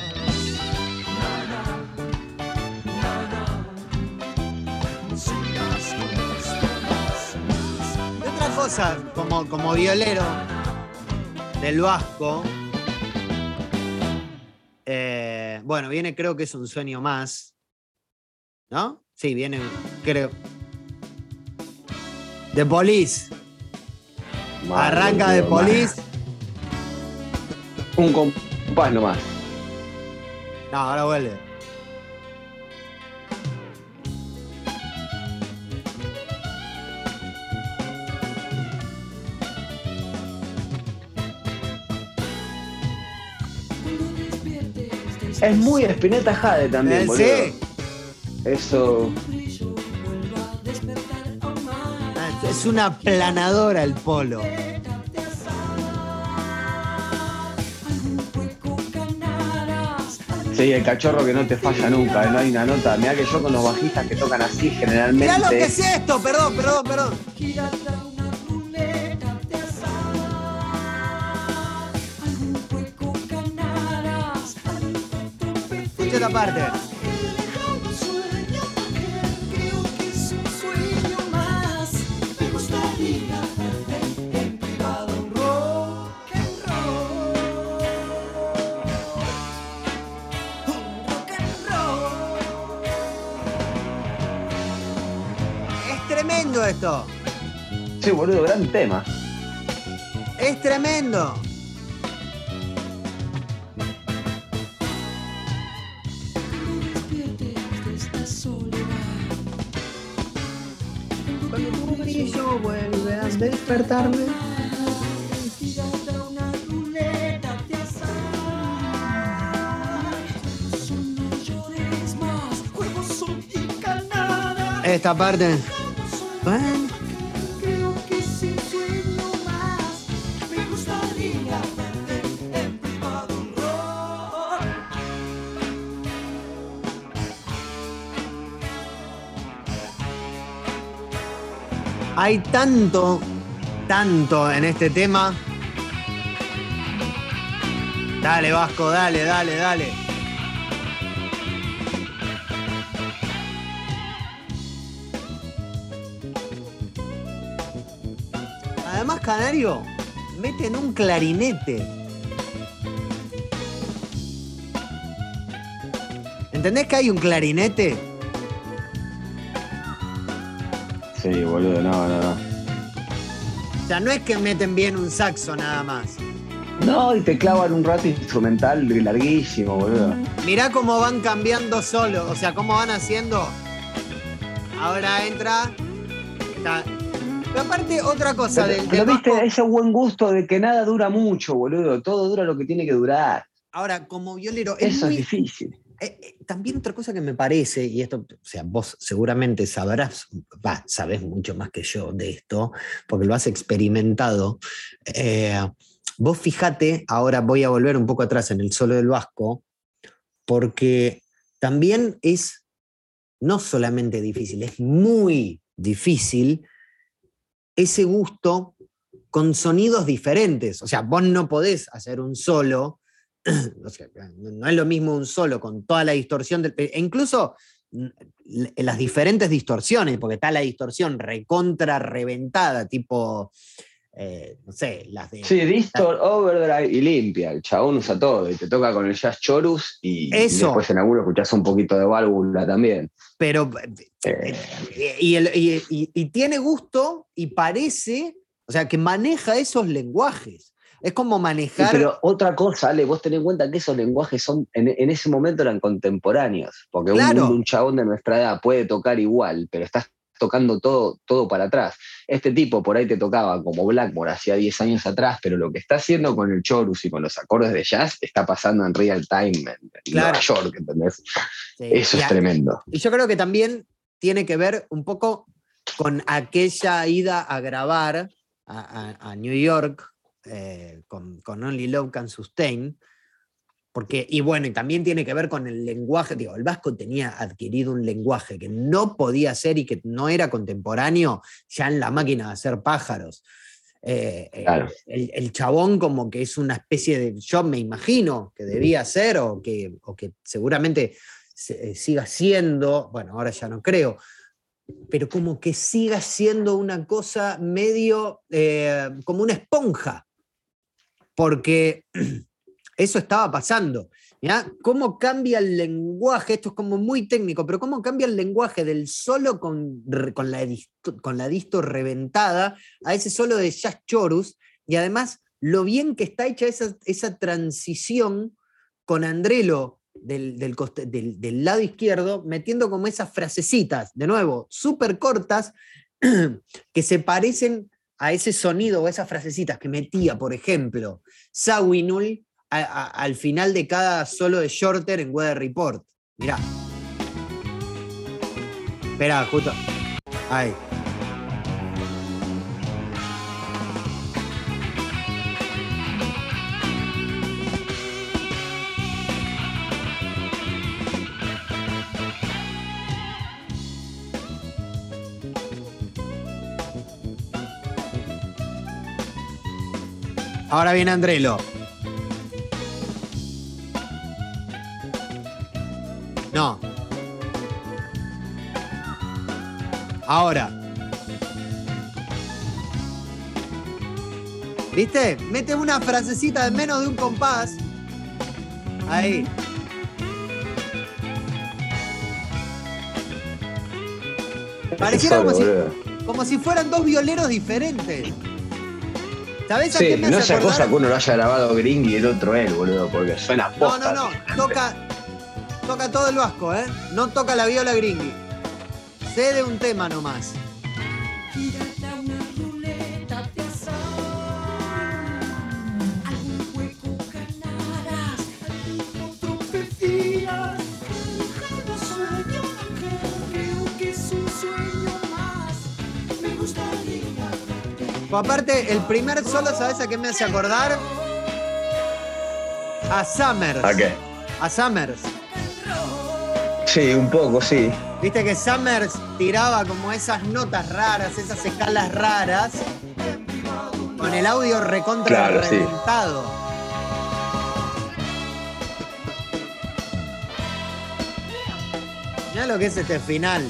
No sigas con esto más. Y otra cosa, como violero del Vasco, bueno, viene, creo que es un sueño más, ¿no? Sí, viene, creo. The Police. Arranca The Police. Un compás nomás. No, ahora vuelve. Es muy Spinetta Jade también, boludo. Sí. Eso. Es una planadora el polo. Sí, el cachorro que no te falla nunca, no hay una nota. Mirá que yo con los bajistas que tocan así generalmente. Mirá lo que es esto, perdón. Escucha esta parte. Creo que es un sueño más. Me gustaría verte en privado, un rock and roll. Un rock and roll. Es tremendo esto. Sí, boludo, gran tema. Es tremendo. Despiertes de esta soledad. Cuando tu brillo vuelve a despertarme. Tirada una ruleta de azar. Solo llores más. Juegos son y ganadas. Esta parte. Bueno, Creo que es un sueño más. Me gustaría verte en privado, un rock. hay tanto en este tema. Dale, Vasco, dale. Además, Canario, meten un clarinete. ¿Entendés que hay un clarinete? Sí, boludo, no. O sea, no es que meten bien un saxo nada más. No, y te clavan un rato instrumental larguísimo, boludo. Mirá cómo van cambiando solo, o sea, cómo van haciendo. Ahora entra. Pero aparte, otra cosa del Pero viste, Vasco. ese buen gusto de que nada dura mucho, boludo. Todo dura lo que tiene que durar. Ahora, como violero, es Eso muy es difícil. también otra cosa que me parece, y esto, o sea, vos seguramente sabés mucho más que yo de esto, porque lo has experimentado. Vos fíjate, ahora voy a volver un poco atrás en el solo del Vasco, porque también es no solamente difícil, es muy difícil ese gusto con sonidos diferentes. O sea, vos no podés hacer un solo. O sea, no es lo mismo un solo con toda la distorsión e incluso las diferentes distorsiones, porque está la distorsión recontra reventada, tipo no sé, las de... Sí, Distor, Overdrive y Limpia. El chabón usa todo y te toca con el Jazz Chorus y después en alguno escuchás un poquito de válvula también. Pero, y tiene gusto y parece, o sea, que maneja esos lenguajes. Es como manejar... Sí, pero otra cosa, Ale, vos tenés en cuenta que esos lenguajes son en ese momento eran contemporáneos, porque claro. un chabón de nuestra edad puede tocar igual, pero estás tocando todo para atrás. Este tipo por ahí te tocaba como Blackmore hacía 10 años atrás, pero lo que está haciendo con el chorus y con los acordes de jazz está pasando en real time en Nueva York, ¿entendés? Sí. Eso es tremendo. Y yo creo que también tiene que ver un poco con aquella ida a grabar a New York con Only Love Can Sustain, porque, y bueno, y también tiene que ver con el lenguaje. Digo, el vasco tenía adquirido un lenguaje que no podía ser y que no era contemporáneo ya en la máquina de hacer pájaros. Claro. El chabón como que es una especie de, yo me imagino que debía ser o que seguramente siga siendo, bueno, ahora ya no creo, pero como que siga siendo una cosa medio como una esponja, porque eso estaba pasando. ¿Ya? ¿Cómo cambia el lenguaje? Esto es como muy técnico, pero ¿cómo cambia el lenguaje del solo con la disto reventada a ese solo de jazz chorus? Y además, lo bien que está hecha esa transición con Andrelo del lado izquierdo, metiendo como esas frasecitas, de nuevo, súper cortas, que se parecen a ese sonido o esas frasecitas que metía, por ejemplo, Zawinul al final de cada solo de Shorter en Weather Report. Mirá. Esperá, justo. Ahí. Ahora viene Andrelo. No. Ahora. ¿Viste? Mete una frasecita de menos de un compás. Ahí. Pareciera como si fueran dos violeros diferentes. ¿Sabés a qué me hace acordar? No sea cosa que uno lo haya grabado Gringy y el otro él, boludo, porque suena posta. No. Toca todo el vasco, ¿eh? No toca la viola Gringy. Sé de un tema nomás. Gírate una ruleta de azar. Algún juego ganarás, otro prefieras. No sueño, creo que es un sueño más. Me gustaría. Aparte, el primer solo, ¿sabes a qué me hace acordar? A Summers. ¿A qué? A Summers. Sí, un poco, sí. Viste que Summers tiraba como esas notas raras, esas escalas raras, con el audio recontra reventado. Mirá lo que es este final.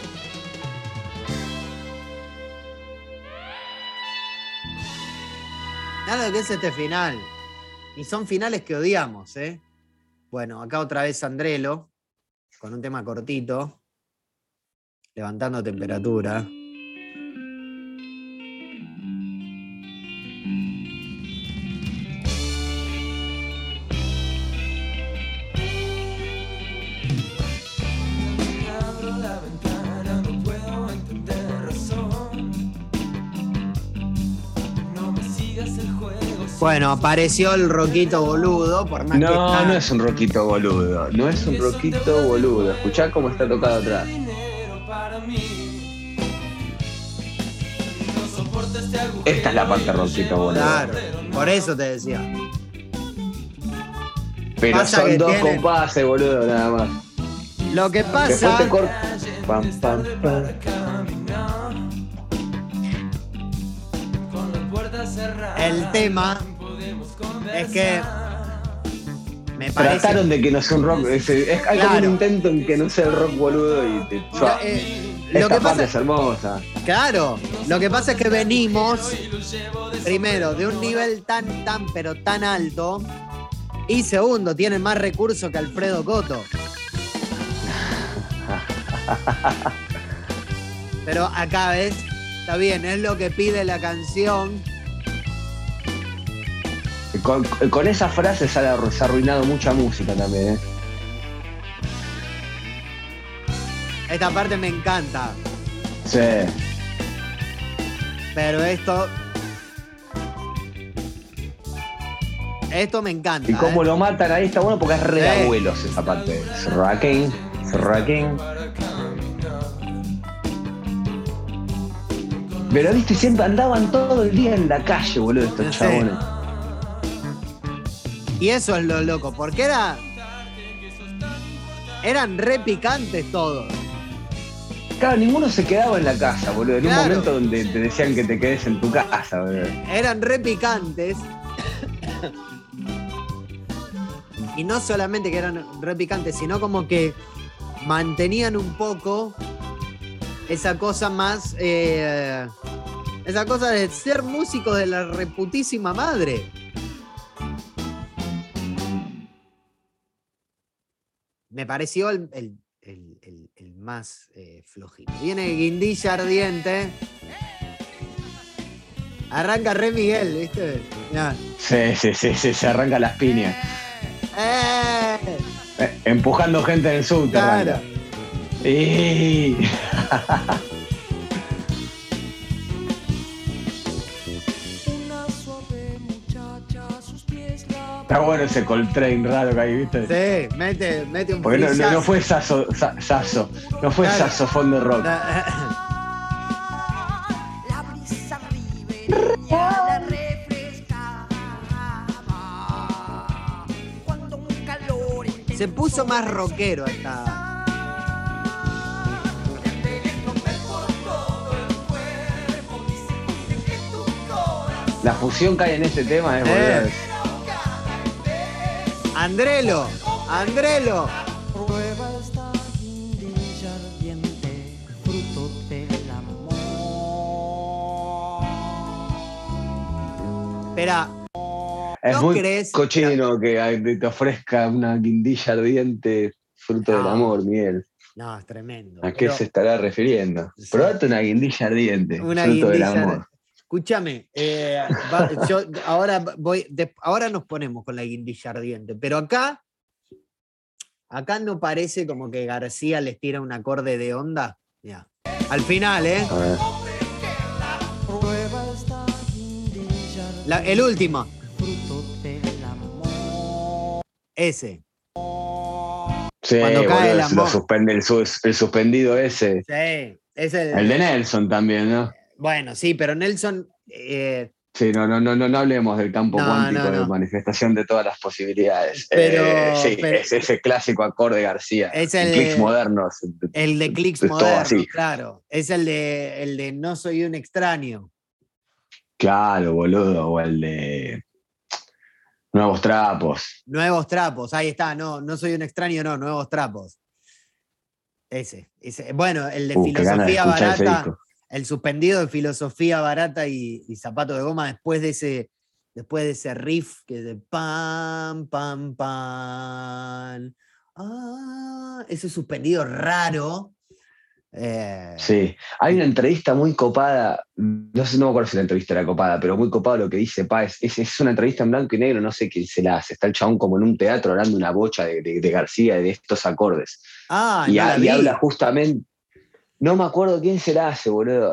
Mirá lo que es este final. Y son finales que odiamos, ¿eh? Bueno, acá otra vez Andrelo, con un tema cortito, levantando temperatura. Abro la ventana, no puedo entender razón. No me sigas el juego. Bueno, apareció el roquito boludo, por más que está... No es un roquito boludo. No es un roquito boludo. Escuchá cómo está tocado atrás. Esta es la parte roquito boludo. Claro, por eso te decía. Pero pasa son dos tiene... compases, boludo, nada más. Lo que pasa... Pam, pam, pam. El tema es que me parece... Trataron de que no sea un rock, es como un intento en que no sea el rock boludo y Esta parte es hermosa. Claro, lo que pasa es que venimos, primero, de un nivel pero tan alto, y segundo, tienen más recursos que Alfredo Coto. Pero acá, ¿ves? Está bien, es lo que pide la canción. Con esa frase se ha arruinado mucha música también, ¿eh? Esta parte me encanta. Sí. Pero esto me encanta. Y cómo lo matan ahí está bueno porque es re de abuelos esa parte. Sraken. Pero viste, siempre andaban todo el día en la calle, boludo, estos chabones. Y eso es lo loco, porque eran re picantes todos. Claro, ninguno se quedaba en la casa, boludo. En un momento donde te decían que te quedes en tu casa, boludo. Eran re picantes. Y no solamente que eran re picantes, sino como que mantenían un poco esa cosa más... esa cosa de ser músicos de la reputísima madre. Me pareció el más flojito. Viene Guindilla Ardiente. Arranca Re Miguel, ¿viste? Mirá. Sí, se arranca las piñas. Empujando gente en el subterráneo. Claro. Está bueno ese Coltrane raro que hay, ¿viste? Sí, mete un porque frisazo. no fue Sasso, no fue Claro. saxofón de rock. La brisa ribereña la refrescaba cuando un calor Se puso más rockero hasta. La fusión que hay en este tema es boludo. Andrelo. Prueba esta guindilla ardiente, fruto del amor. Espera. Es ¿No muy crees? cochino que te ofrezca una guindilla ardiente fruto del amor, Miguel. No, es tremendo. ¿A qué se estará refiriendo? Sí. Probate una guindilla ardiente, fruto del amor. Escúchame, ahora nos ponemos con la guindilla ardiente, pero acá no parece como que García les tira un acorde de onda. Ya. Al final, A ver. Prueba esta guindilla ardiente, el último. fruto del amor. Ese. Sí, Cuando cae el boludo, amor. El suspendido ese. Sí, es El de Nelson también, ¿no? Bueno, sí, pero Nelson. Sí, no hablemos del campo cuántico no. de manifestación de todas las posibilidades. Pero es ese clásico acorde García. Es el clics modernos. El de clics es todo modernos, así. claro. Es el de No soy un extraño. Claro, boludo. O el de Nuevos Trapos. Nuevos trapos, ahí está. No soy un extraño, no, Nuevos Trapos. Ese. Bueno, el de Filosofía Barata. El suspendido de Filosofía Barata y Zapato de Goma después de ese riff que es de pam, pam, pam. Ese suspendido raro. Sí, hay una entrevista muy copada, no me acuerdo si la entrevista era copada, pero muy copada lo que dice Páez. Es una entrevista en blanco y negro, no sé quién se la hace. Está el chabón como en un teatro hablando una bocha de García y de estos acordes. Y habla justamente. No me acuerdo quién se la hace, boludo.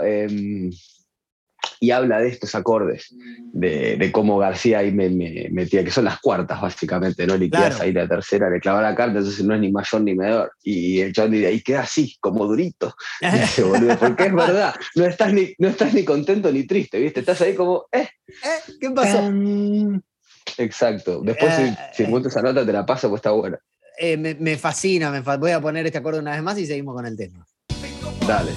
Y habla de estos acordes, de cómo García ahí me metía, que son las cuartas, básicamente, ¿no? Liquidas Claro. ahí la tercera, le clava la carta, entonces no es ni mayor ni menor. Y el chabón dice, ahí queda así, como durito. Dice, boludo, porque es verdad, no estás ni contento ni triste, ¿viste? Estás ahí como, ¿Qué pasó? Exacto. Después, si encuentro esa nota, te la paso, pues está buena. Me fascina, voy a poner este acorde una vez más y seguimos con el tema. Dale.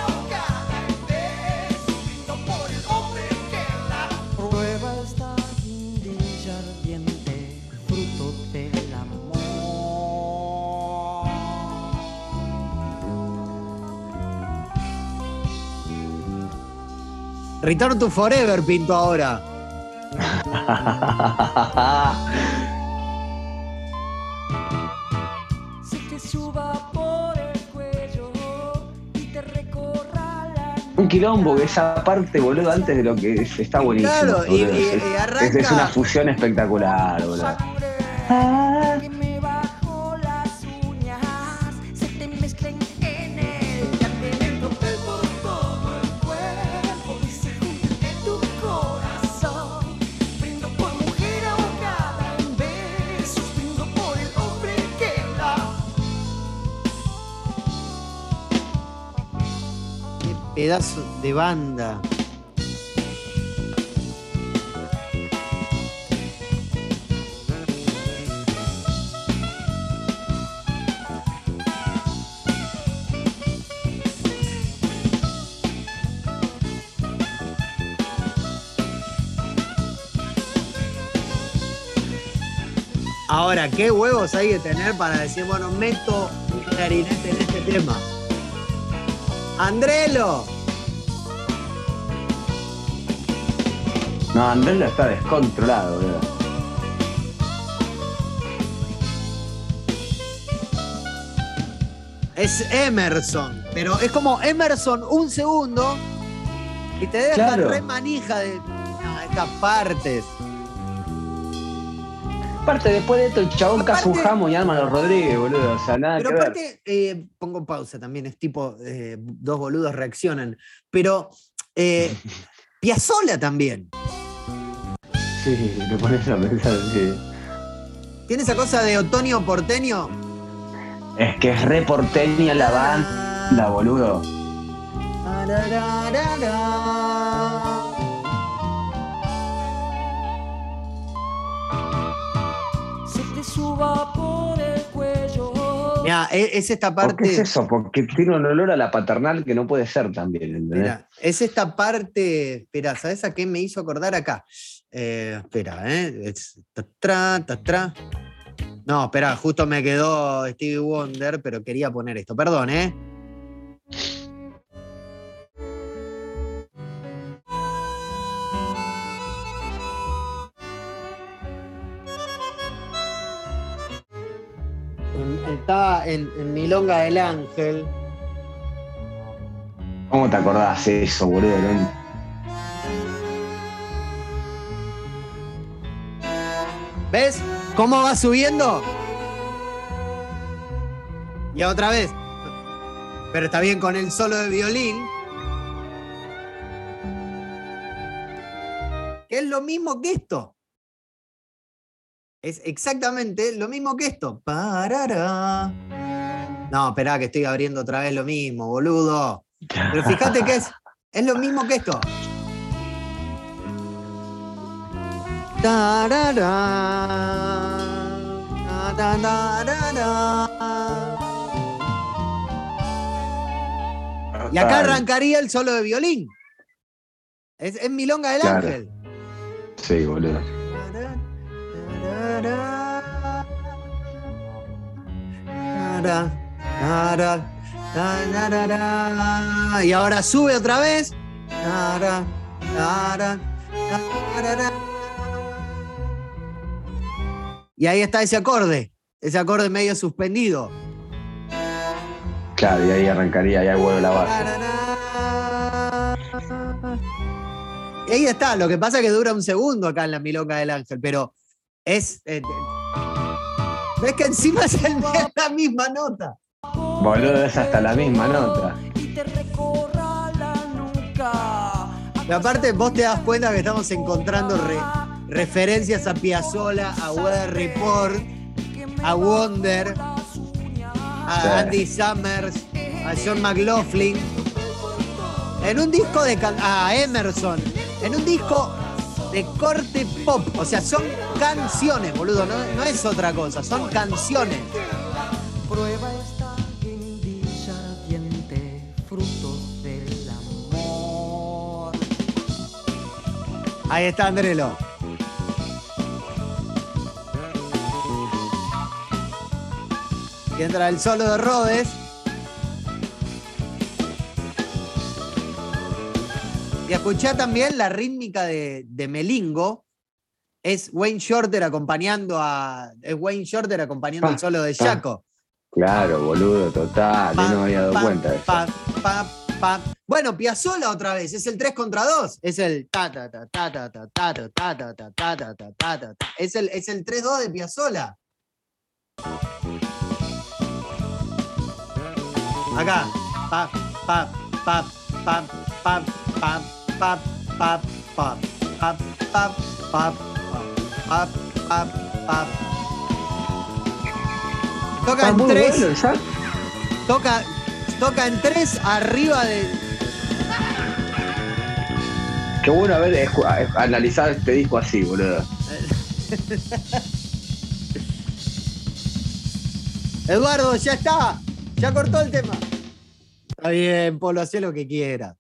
Prueba esta guindilla ardiente, fruto del amor. Return to Forever pinto ahora. Se te suba por el cuello y te recorra la Un quilombo, esa parte, boludo, antes de lo que está buenísimo. Claro, y boludo. arranca. Es una fusión espectacular, boludo. sangre que me bajo las uñas, se te mezclan en el caminito por todo el cuerpo y se junta en tu corazón. Brindo por mujer ahogada en besos, brindo por el hombre que la... Qué pedazo de banda. Ahora, ¿qué huevos hay que tener para decir, bueno, meto un clarinete en este tema? ¡Andrelo! No, Andrés está descontrolado, boludo. Es Emerson, pero es como Emerson un segundo y te deja Claro. re manija de estas partes. Aparte, después de esto, el chabón Aparte- caza un jamo y arma a los Rodríguez, boludo. O sea, nada Pero que ver. aparte, pongo pausa también, es tipo, dos boludos reaccionan. Pero Piazzolla también. Sí, te pones a pensar, sí. Tiene esa cosa de otoño porteño. Es que es re porteña la banda, boludo. Se te suba por el cuello. Mira, es esta ¿Por qué es parte. eso? Porque tiene un olor a la paternal que no puede ser también, ¿entendés? Espera, es esta parte. Espera, ¿sabes a qué me hizo acordar acá? Espera, es tra. No, espera, justo me quedó Stevie Wonder, pero quería poner esto. Perdón, ¿eh? Estaba en Milonga del Ángel. ¿Cómo te acordás de eso, boludo? ¿Ves cómo va subiendo? Y otra vez. Pero está bien con el solo de violín. Que es lo mismo que esto. Es exactamente lo mismo que esto. Parará. No, esperá que estoy abriendo otra vez lo mismo, boludo. Pero fíjate que es lo mismo que esto. Tarará, tarará. Y acá arrancaría el solo de violín. Es Milonga del Claro. Ángel. Sí, boludo. Y ahora sube otra vez. Y ahí está ese acorde medio suspendido. Claro, y ahí arrancaría, y ahí vuelve la base. Y ahí está, lo que pasa es que dura un segundo acá en la Milonga del Ángel, pero es. ¿Ves que encima es la misma nota? Boludo, es hasta la misma nota. Y te recorra la nuca. Y aparte, vos te das cuenta que estamos encontrando referencias a Piazzolla, a Weather Report, a Wonder, a Sí. Andy Summers, a John McLaughlin. En un disco a Emerson. En un disco de corte pop. O sea, son canciones, boludo. No es otra cosa, son canciones. Prueba esta guindilla ardiente, fruto del amor. Ahí está Andrelo. Y entra el solo de Rhodes. Y Y escuchá también la rítmica de Melingo. Es Wayne Shorter acompañando el solo de Jaco. Claro, boludo, total. Yo no me había dado cuenta de eso. Bueno, Piazzolla otra vez, es el 3 contra 2. Es el ta ta ta ta ta ta ta ta ta ta ta ta ta ta ta ta. Es el 3-2 de Piazzolla. Acá. Pa pa pa pa pa pa pa pa pa pa pa pa pa. Toca en 3. Toca en 3 arriba de. Qué bueno haber analizado este disco así, boludo. Eduardo, ya está. Ya cortó el tema. Está bien, Polo, hacé lo que quiera.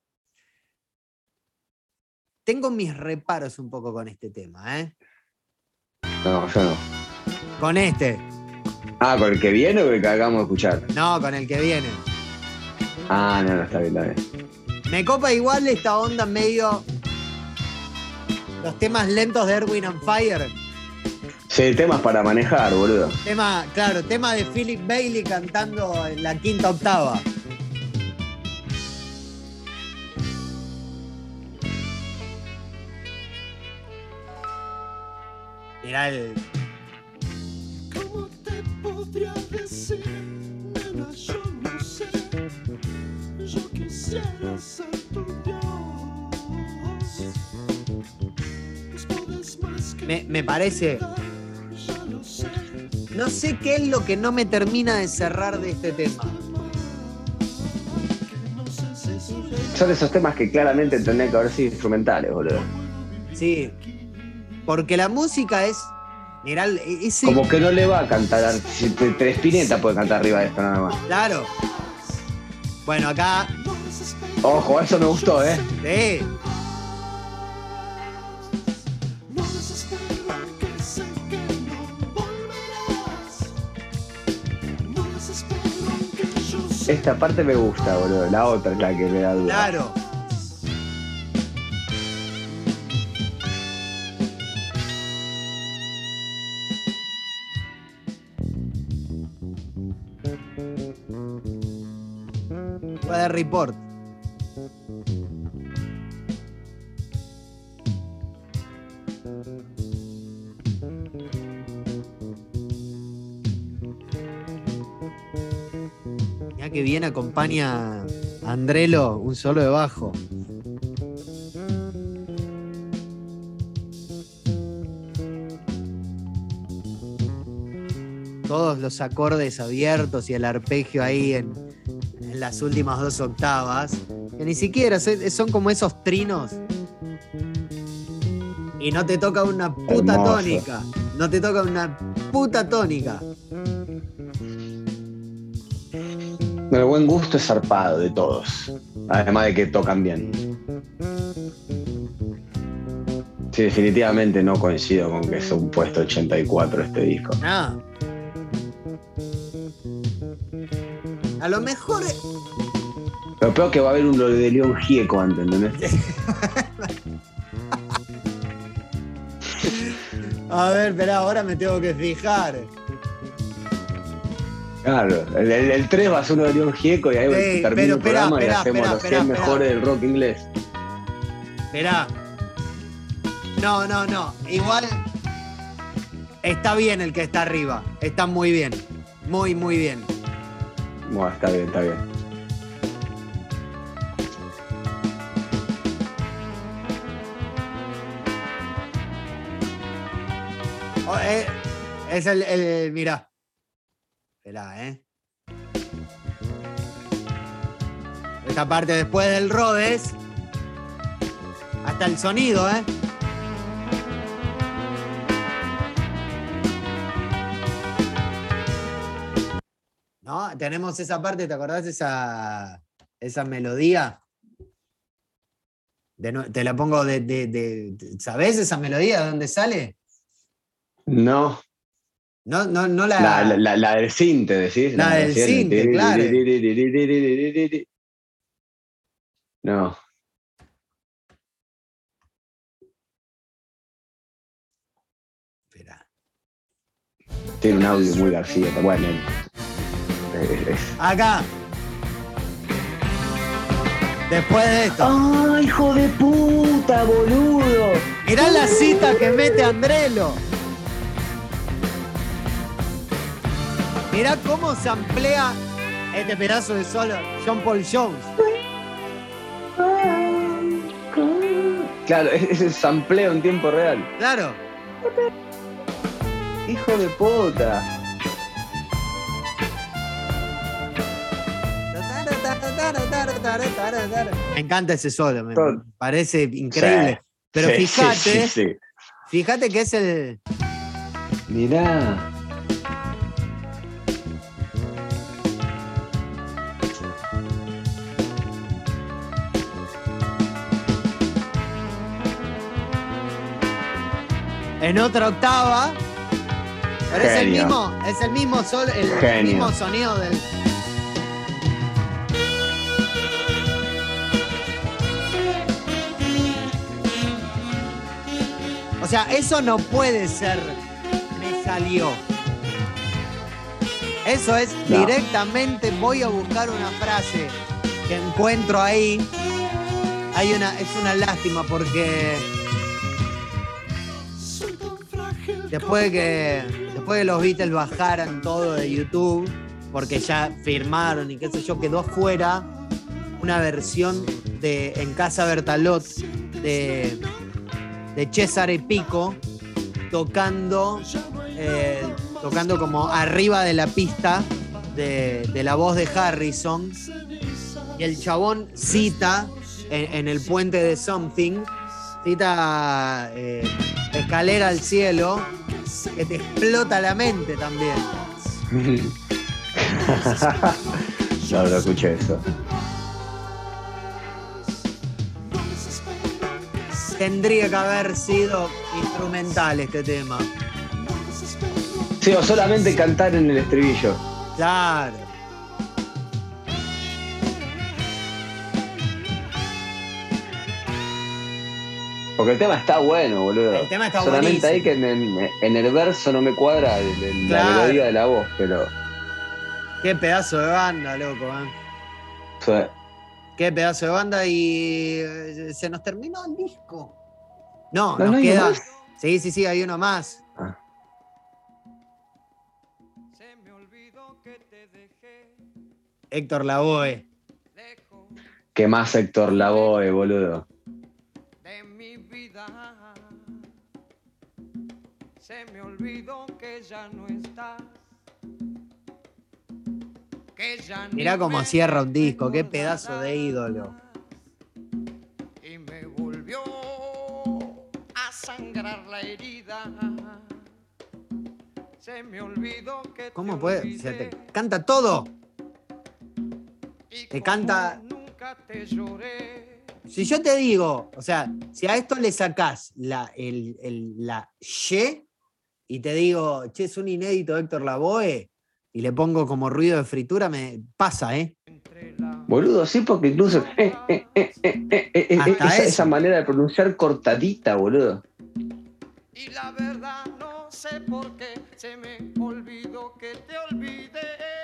Tengo mis reparos un poco con este tema, ¿eh? No, yo no. Con este. Ah, ¿con el que viene o el que acabamos de escuchar? No, con el que viene. Ah, no, está bien, está bien. Me copa igual esta onda medio. Los temas lentos de Erwin and Fire. Sí, temas para manejar, boludo. Tema de Philip Bailey cantando en la 5ª octava. Mirá el. ¿Cómo te podría decir, nena? Yo no sé. Yo quisiera ser tu Dios. Los poderes más que Me parece. ya lo sé. No sé qué es lo que no me termina de cerrar de este tema. Que no sé si soy Son esos temas que claramente tendrían que haber sido instrumentales, boludo. Sí. Porque la música es. Mirá, ese. Como que no le va a cantar. Si Tres Spinetta puede cantar arriba de esto nada más. Claro. Bueno, acá. Ojo, eso me gustó, ¿eh? Sí. No desespero que sé que no volverás. No desespero que yo sé. Esta parte me gusta, boludo. La otra es la que me da duda. Claro. Weather Report. Ya que bien acompaña a Andrelo un solo de bajo. Todos los acordes abiertos y el arpegio ahí en las últimas 2 octavas, que ni siquiera son como esos trinos. Y no te toca una puta Hermoso. tónica. No te toca una puta tónica. El buen gusto es zarpado de todos. Además de que tocan bien. Sí, definitivamente no coincido con que es un puesto 84 este disco. No. A lo mejor. Lo peor es que va a haber uno de León Gieco antes, ¿entendés? A ver, espera, ahora me tengo que fijar. Claro, el 3 va a ser uno de León Gieco y ahí Sí, termina pero el programa y espera, hacemos los 100 mejores del rock inglés. Esperá. No. Igual está bien el que está arriba. Está muy bien. Muy, muy bien. Bueno, está bien, está bien. Es el mirá. Esperá, Esta parte después del Rhodes. Hasta el sonido, ¿No? Tenemos esa parte, ¿te acordás de esa melodía? Te la pongo ¿sabés esa melodía de dónde sale? No. No La del cinte, decís. La del cinte, claro. No. Tiene un audio muy García. Bueno, Acá. Después de esto. ¡Ah, hijo de puta, boludo! Mirá la cita que mete Andrelo. Mirá cómo se amplía este pedazo de solo John Paul Jones. Claro, es el sampleo en tiempo real. Claro. ¡Hijo de puta! Me encanta ese solo, me Todo. parece increíble. Sí. Pero Sí, fíjate, sí. fíjate que es el. Mirá. En otra octava. Pero Genio. es el mismo Genio. mismo sonido del. O sea, eso no puede ser. Me salió. Eso es No. directamente. Voy a buscar una frase que encuentro ahí. Es una lástima porque después de que los Beatles bajaran todo de YouTube, porque ya firmaron y qué sé yo, quedó afuera una versión de En Casa Bertalot de Cesare Pico tocando como arriba de la pista de la voz de Harrison, y el chabón cita en el puente de Something, cita Escalera al cielo, que te explota la mente también. No escuché eso. Tendría que haber sido instrumental este tema. Sí, o solamente cantar en el estribillo. Claro. Porque el tema está bueno, boludo. El tema está solamente buenísimo. ahí que en el verso no me cuadra la Claro. melodía de la voz, pero... Qué pedazo de banda, loco, ¿eh? o sea, Qué pedazo de banda, y se nos terminó el disco. No, ¿no nos hay queda. más? Sí, hay uno más. Ah. Se me olvidó que te dejé Héctor Lavoe. lejos ¿Qué más Héctor Lavoe, boludo? de mi vida. Se me olvidó que ya no estás. Que ya ni Mirá cómo me cierra un disco, qué recordarás. pedazo de ídolo. Y me volvió a sangrar la herida. Se me olvidó que ¿Cómo te puede? olvidé. O sea, te canta todo. Y te como canta- nunca te lloré. Si yo te digo, o sea, si a esto le sacás la Y y te digo, che, es un inédito de Héctor Lavoe, y le pongo como ruido de fritura, me pasa, ¿eh? Entre la Boludo, sí, porque incluso Hasta esa eso. manera de pronunciar cortadita, boludo. Y la verdad no sé por qué se me olvidó que te olvidé.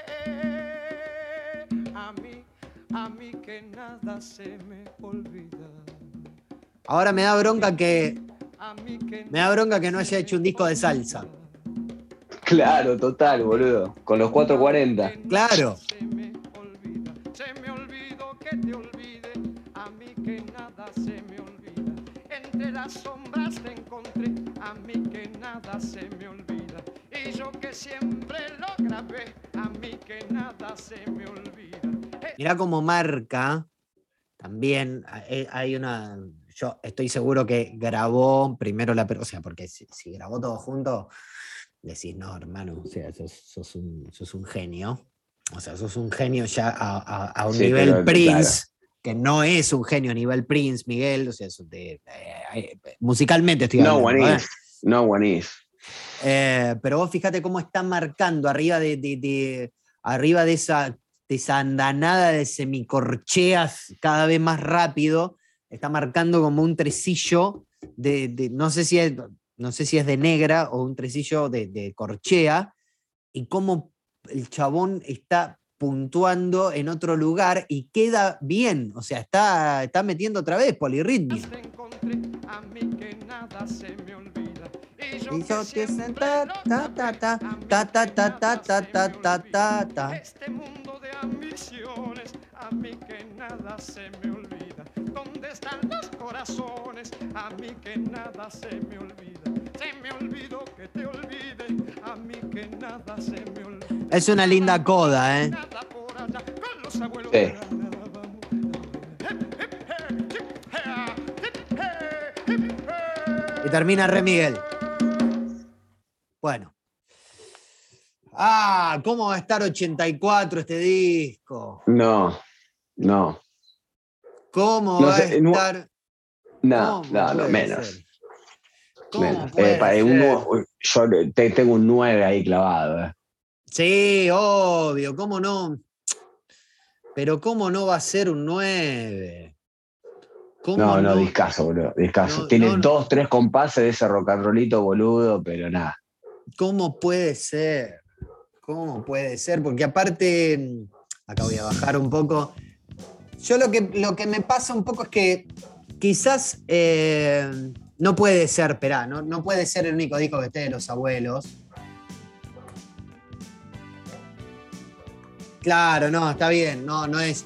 A mí que nada se me olvida. Ahora me da bronca que A mí que no haya hecho un disco de salsa. Claro, total, boludo. Con los 440. Claro. Se me olvida. Se me olvidó que te olvide. A mí que nada se me olvida. Entre las sombras te encontré. A mí que nada se me olvida. Y yo que siempre lo grabé. A mí que nada se me olvida. Mirá cómo marca también. Hay una. Yo estoy seguro que grabó primero o sea, porque si grabó todo junto, decís, no, hermano, o sea, sos un genio. O sea, sos un genio ya a un Sí, nivel pero, Prince, que no es un genio a nivel Prince, Miguel. O sea, musicalmente estoy No hablando. one is. No one is. Pero vos fíjate cómo está marcando arriba arriba de esa andanada de semicorcheas cada vez más rápido, está marcando como un tresillo no sé si es de negra o un tresillo de corchea, y cómo el chabón está puntuando en otro lugar y queda bien, o sea, está metiendo otra vez polirritmia. Te encontré, a mí que nada se me olvida. Y yo Y que yo que siempre ta, lo ta, ta, ta, tapé, a mí ta, ta, que ta, nada ta, se ta, me ta, ta, olvida. ta. Este mundo de ambiciones, a mí que nada se me olvida. ¿Dónde están los corazones? A mí que nada se me olvida. Se me olvidó que te olvide, a mí que nada se me olvida. Es una linda coda, ¿eh? Nada por allá, con los abuelos Sí. de la nada vamos. Hip, hip, hey, hip, hey, hip, hey, hip, hey. Y termina Re Miguel. Bueno. Ah, ¿cómo va a estar 84 este disco? No. ¿Cómo No va a sé, estar? No, ¿Cómo puede menos. ser? ¿Cómo Menos. puede ser? Yo tengo un 9 ahí clavado. Sí, obvio, ¿cómo no? Pero ¿cómo no va a ser un 9? ¿Cómo No, no? discazo, boludo. Discazo. No, Tiene no, 2, 3 compases de ese rock and rollito boludo, pero nada. ¿cómo puede ser? ¿Cómo puede ser? Porque aparte, acá voy a bajar un poco. Yo lo que me pasa un poco es que quizás no puede ser, esperá, no puede ser el único disco que esté de Los Abuelos. Claro, no, está bien, no es.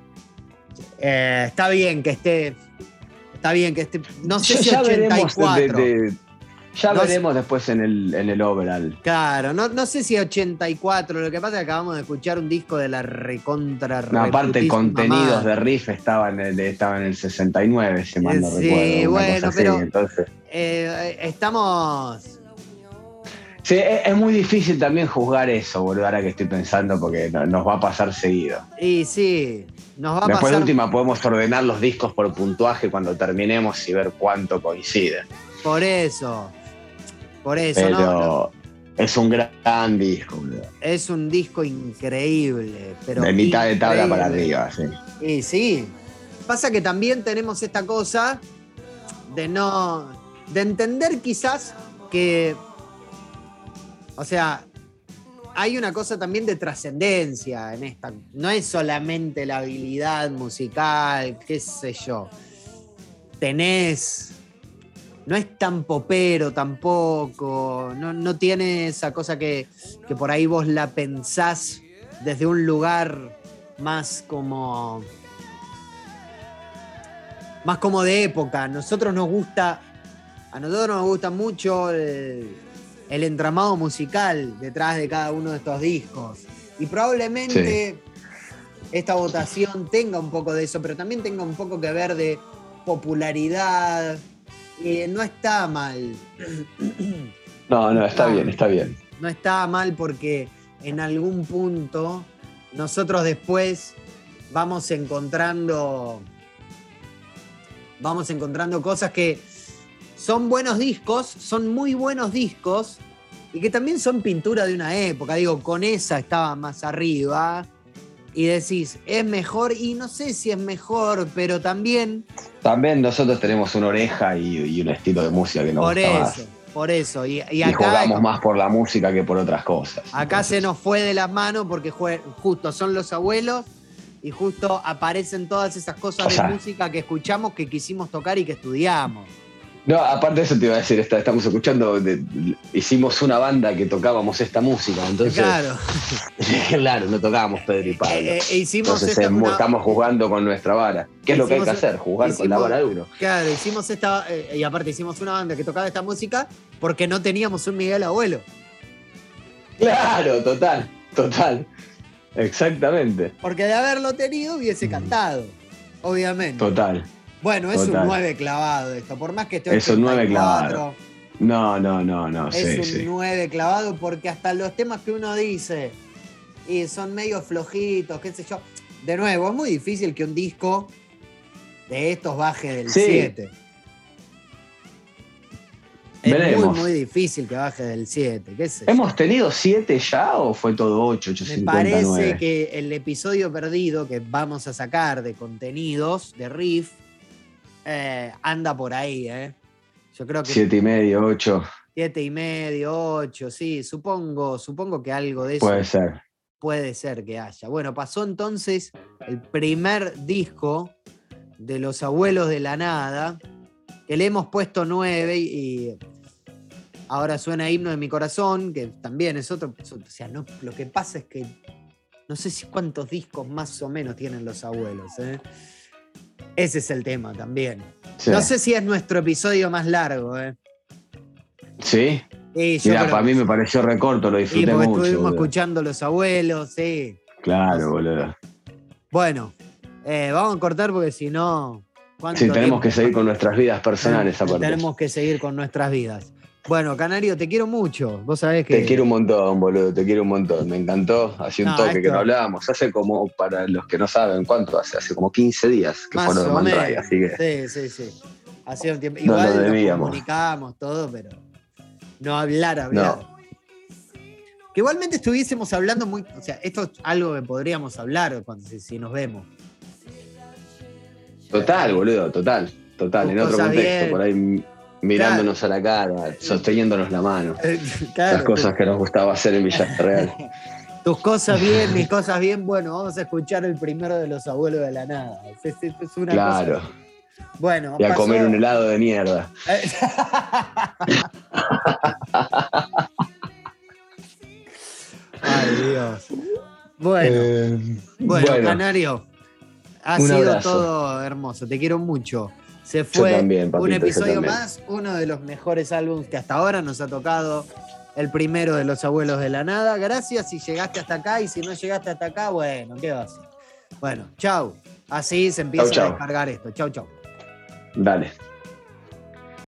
Está bien que esté. Está bien que esté. No sé si Ya veremos 84. ya No sé- veremos después en el overall. Claro, no sé si 84. Lo que pasa es que acabamos de escuchar un disco de la recontra No, aparte, reputísima contenidos de madre. riff estaba en el 69, si mal no Sí, recuerdo. Una bueno, cosa así, pero entonces. estamos. Sí, es muy difícil también juzgar eso, boludo, ahora que estoy pensando, porque nos va a pasar seguido. Y sí, nos va a Después de pasar última podemos ordenar los discos por puntuaje cuando terminemos y ver cuánto coincide. por eso. Por eso, Pero es un gran disco, boludo. es un disco increíble, pero De mitad de tabla para increíble. arriba, sí. Y sí. Pasa que también tenemos esta cosa de entender quizás que, o sea, hay una cosa también de trascendencia en esta. No es solamente la habilidad musical, qué sé yo. No es tan popero tampoco, no tiene esa cosa que por ahí vos la pensás desde un lugar más como de época. A nosotros nos gusta mucho el entramado musical detrás de cada uno de estos discos. Y probablemente esta votación tenga un poco de eso, pero también tenga un poco que ver de popularidad. No está mal. No, está bien, está bien. No está mal porque en algún punto nosotros después vamos encontrando cosas que son buenos discos, son muy buenos discos y que también son pintura de una época. Digo, con esa estaba más arriba y decís, es mejor, y no sé si es mejor, pero también... También nosotros tenemos una oreja y un estilo de música que nos gusta más. Por eso. Y Y acá jugamos más por la música que por otras cosas. Acá Entonces, se nos fue de las manos porque justo son Los Abuelos y justo aparecen todas esas cosas de música que escuchamos, que quisimos tocar y que estudiamos. No, aparte de eso te iba a decir, estamos escuchando, hicimos una banda que tocábamos esta música, entonces... Claro. Claro, no tocábamos Pedro y Pablo. Hicimos entonces estamos jugando con nuestra vara. ¿Qué es lo que hay que hacer? Jugar con la vara de uno. Claro, hicimos y aparte hicimos una banda que tocaba esta música porque no teníamos un Miguel Abuelo. Claro, total. Exactamente. Porque de haberlo tenido hubiese cantado, obviamente. Total. Bueno, es un 9 clavado esto, por más que esté 84. Es un 9 clavado. No. Es un 9 clavado porque hasta los temas que uno dice y son medio flojitos, qué sé yo. De nuevo, es muy difícil que un disco de estos baje del 7. Veremos. Es muy difícil que baje del 7. ¿Qué sé ¿Hemos tenido 7 ya o fue todo 8, 859? Me parece que el episodio perdido que vamos a sacar de contenidos, de riff, anda por ahí, ¿eh? Yo creo que 7,5, 8. 7,5, 8, sí, supongo que algo de eso Puede ser. puede ser que haya. Bueno, pasó entonces el primer disco de Los Abuelos de la Nada, que le hemos puesto 9 y ahora suena Himno de mi Corazón, que también es otro. O sea, no, lo que pasa es que no sé si cuántos discos más o menos tienen Los Abuelos. Ese es el tema también. Sí. No sé si es nuestro episodio más largo. ¿Sí? Sí, yo Mira, creo para que mí me sí. pareció recorto, lo Sí, disfruté porque mucho. estuvimos Boludo. escuchando Los Abuelos, sí. Claro, boludo. Bueno, vamos a cortar porque si no, ¿cuánto Sí, tenemos tiempo que seguir más? con nuestras vidas personales aparte. Tenemos que seguir con nuestras vidas. Bueno, Canario, te quiero mucho. Vos sabés que... Te quiero un montón, boludo, te quiero un montón. Me encantó. Hace un No, toque que esto- no hablábamos. Hace como, para los que no saben, ¿cuánto hace? Hace como 15 días que Más fueron de o Man Ray, menos. así que Sí. Hacía un tiempo. no lo Igual nos debíamos. comunicábamos todo, pero no hablar. No. Que igualmente estuviésemos hablando muy. O sea, esto es algo que podríamos hablar si nos vemos. Total, boludo, total. Tus En otro cosas contexto, bien. por ahí mirándonos a la cara, sosteniéndonos la mano. Claro, Las cosas que nos gustaba hacer en Villarreal. tus cosas bien, mis cosas bien. Bueno, vamos a escuchar el primero de Los Abuelos de la Nada. Es una Claro. cosa. Bueno, Y a pasó... comer un helado de mierda. Ay, Dios. Bueno, Canario, ha un sido abrazo. todo hermoso. Te quiero mucho. Se Yo fue también, papito, un yo episodio también. más, uno de los mejores álbumes que hasta ahora nos ha tocado. El primero de Los Abuelos de la Nada. Gracias si llegaste hasta acá y si no llegaste hasta acá, bueno, ¿qué va a hacer? Bueno, chau. Así se empieza Chau. a descargar esto. Chau. Dale.